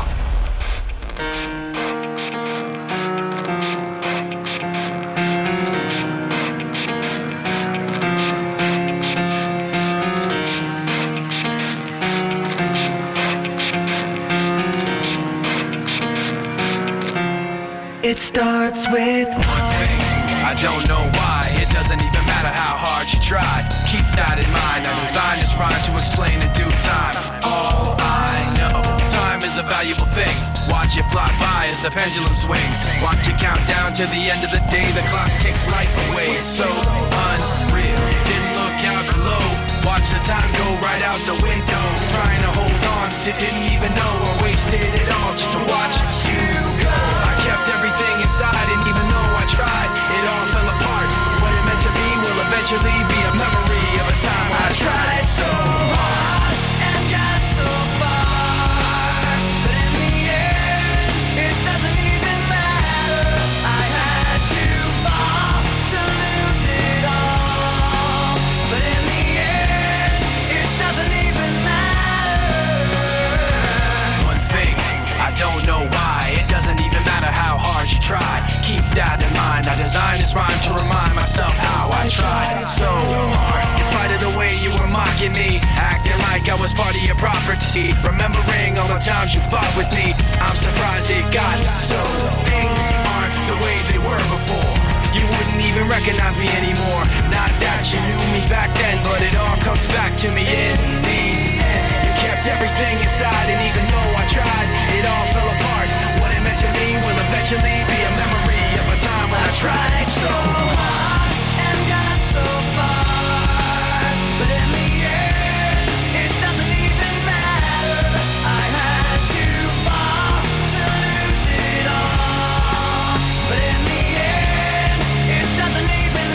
It starts with one thing, I don't know why. doesn't even matter how hard you try. Keep that in mind, I designed this rhyme to explain in due time. All I know, time is a valuable thing. Watch it fly by as the pendulum swings. Watch it count down to the end of the day. The clock takes life away. It's so unreal. Didn't look out below. Watch the time go right out the window. Trying to hold on to didn't even know or wasted it all just to watch you go. I kept everything inside and even though I tried, it all fell apart. What it meant to be will eventually be a memory of a time when I tried so hard and got so far. But in the end, it doesn't even matter. I had to fall to lose it all. But in the end, it doesn't even matter. One thing, I don't know why. It doesn't even matter how hard you try. Keep that in mind. I designed this rhyme to remind myself how I tried so hard. In spite of the way you were mocking me, acting like I was part of your property, remembering all the times you fought with me, I'm surprised it got so. Things aren't the way they were before. You wouldn't even recognize me anymore. Not that you knew me back then, but it all comes back to me in the end. You kept everything inside, and even though I tried, it all fell apart. What it meant to me will eventually be a memory of a time when I tried so hard and got so far. But in the end, it doesn't even matter. I had to fall to lose it all. But in the end, it doesn't even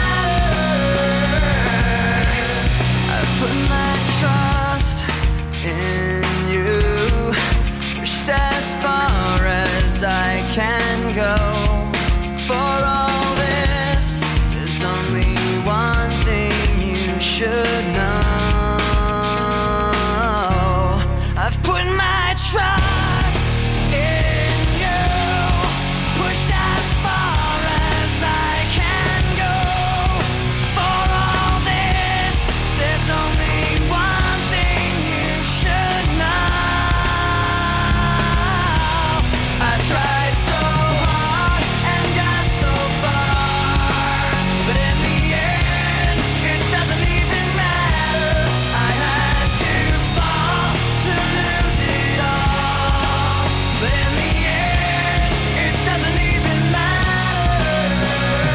matter. I've put my trust in you, pushed as far as I can go. For all this, there's only one thing you should know. I've put my trust in you, pushed as far as I can go. For all this, there's only one thing you should know. I tried so hard and got so far, but in the end, it doesn't even matter. I had to fall to lose it all, but in the end, it doesn't even matter.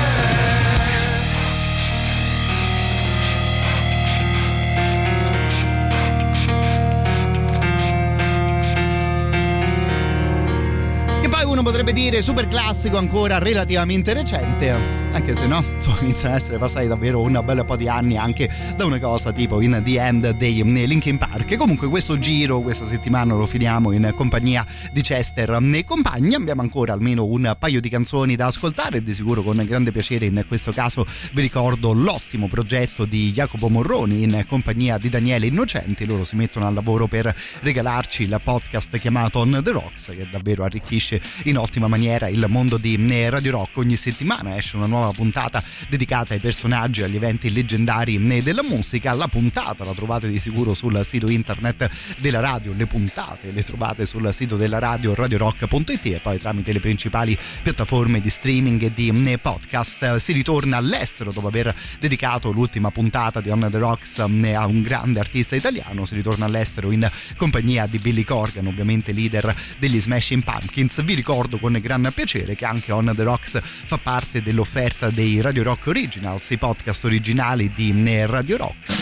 Che poi uno potrebbe dire super classico, ancora relativamente recente, anche se no, insomma, iniziano ad essere passati davvero un bel po' di anni anche da una cosa tipo In the End dei Linkin Park. Comunque questo giro questa settimana lo finiamo in compagnia di Chester e compagni. Abbiamo ancora almeno un paio di canzoni da ascoltare e di sicuro con grande piacere in questo caso vi ricordo l'ottimo progetto di Jacopo Morroni in compagnia di Daniele Innocenti. Loro si mettono al lavoro per regalarci il podcast chiamato On The Rocks, che davvero arricchisce in ottima maniera il mondo di Radio Rock. Ogni settimana esce una nuova puntata dedicata ai personaggi e agli eventi leggendari della musica. La puntata la trovate di sicuro sul sito internet della radio, le puntate le trovate sul sito della radio radiorock.it e poi tramite le principali piattaforme di streaming e di podcast. Si ritorna all'estero dopo aver dedicato l'ultima puntata di On The Rocks a un grande artista italiano. Si ritorna all'estero in compagnia di Billy Corgan, ovviamente leader degli Smashing Pumpkins. Vi ricordo con gran piacere che anche On The Rocks fa parte dell'offerta dei Radio Rock Originals, i podcast originali di Radio Rock.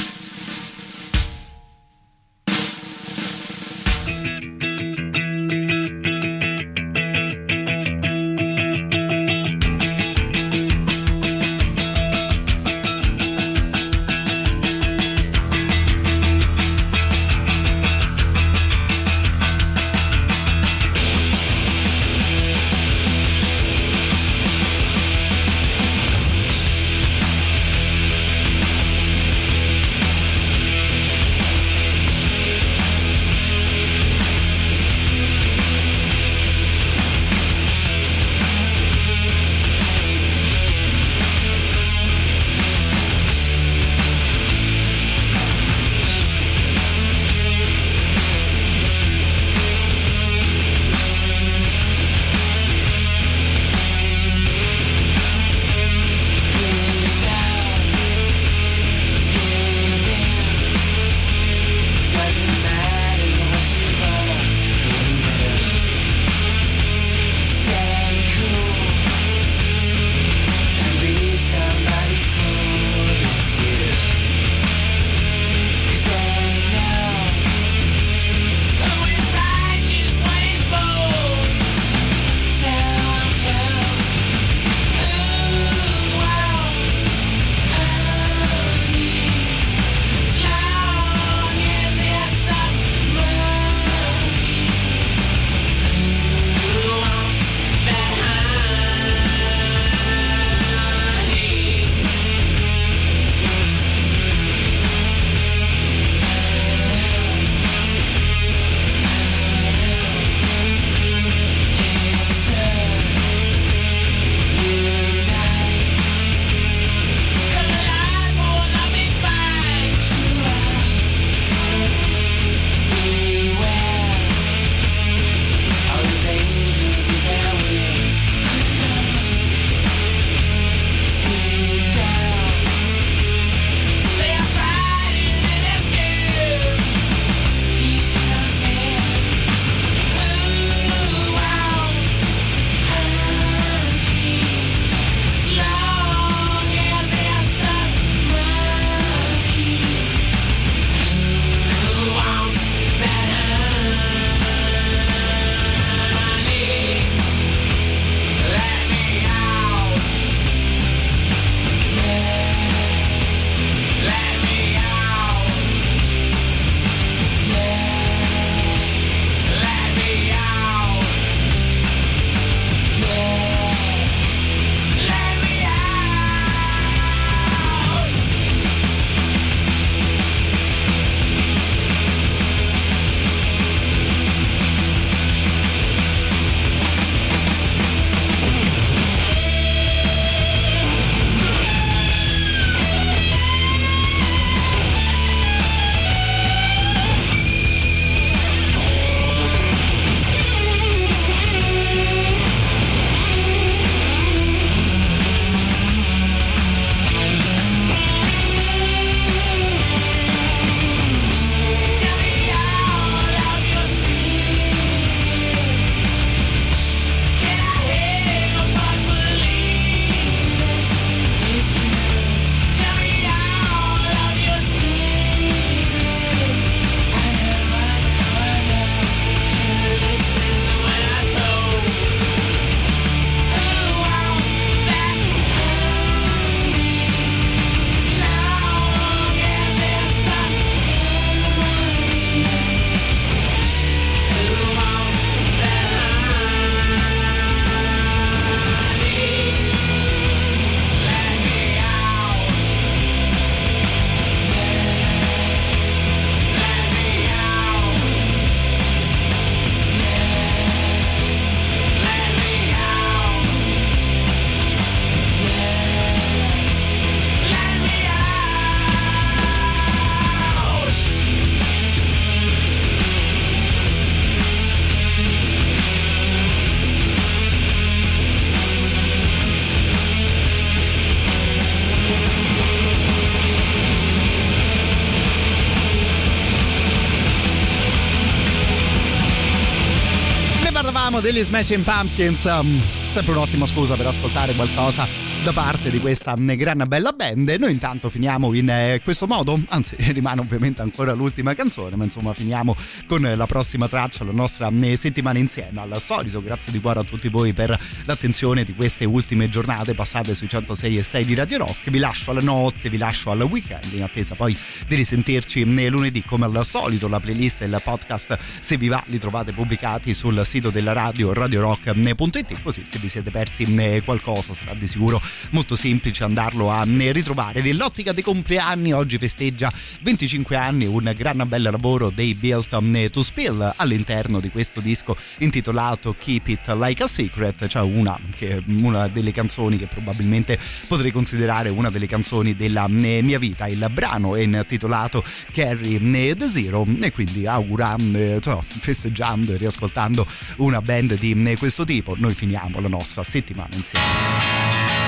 dicevamo degli Smashing Pumpkins, sempre un'ottima scusa per ascoltare qualcosa da parte di questa gran bella band. Noi intanto finiamo in questo modo, anzi rimane ovviamente ancora l'ultima canzone, ma insomma finiamo con la prossima traccia, la nostra settimana insieme. Al solito grazie di cuore a tutti voi per l'attenzione di queste ultime giornate passate sui 106.6 di Radio Rock. Vi lascio alla notte, vi lascio al weekend, in attesa poi di risentirci lunedì come al solito. La playlist e il podcast, se vi va, li trovate pubblicati sul sito della radio, radiorock.it, così se vi siete persi qualcosa sarà di sicuro molto semplice andarlo a ritrovare. Nell'ottica dei compleanni, oggi festeggia 25 anni un gran bel lavoro dei Built to Spill all'interno di questo disco intitolato Keep It Like a Secret. C'è una delle canzoni che probabilmente potrei considerare una delle canzoni della mia vita. Il brano è intitolato Carry the Zero e quindi augurando, festeggiando e riascoltando una band di questo tipo, noi finiamo la nostra settimana insieme.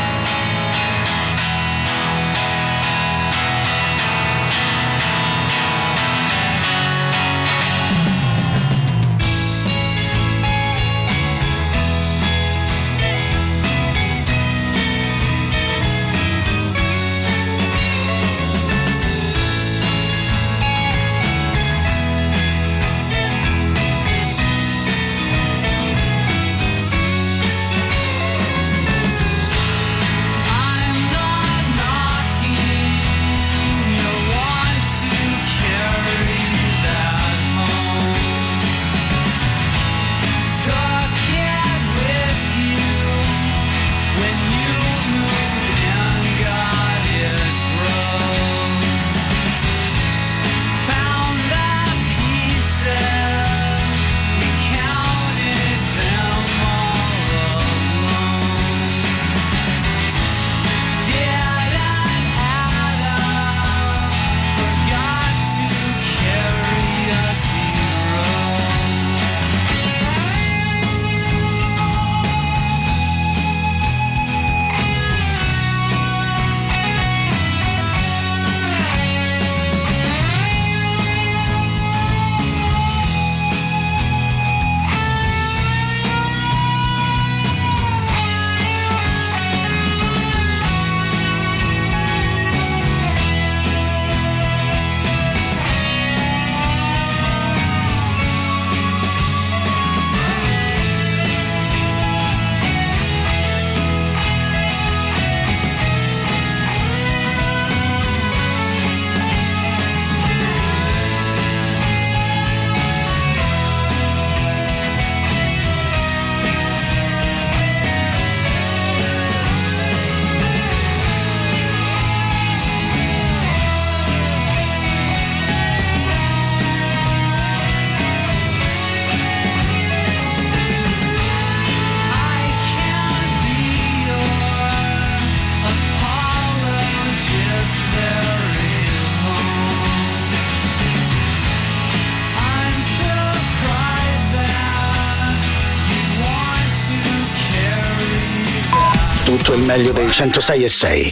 Tutto il meglio dei 106.6.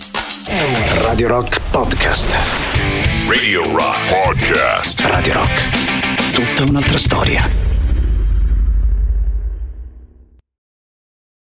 Radio Rock Podcast. Radio Rock Podcast. Radio Rock. Tutta un'altra storia.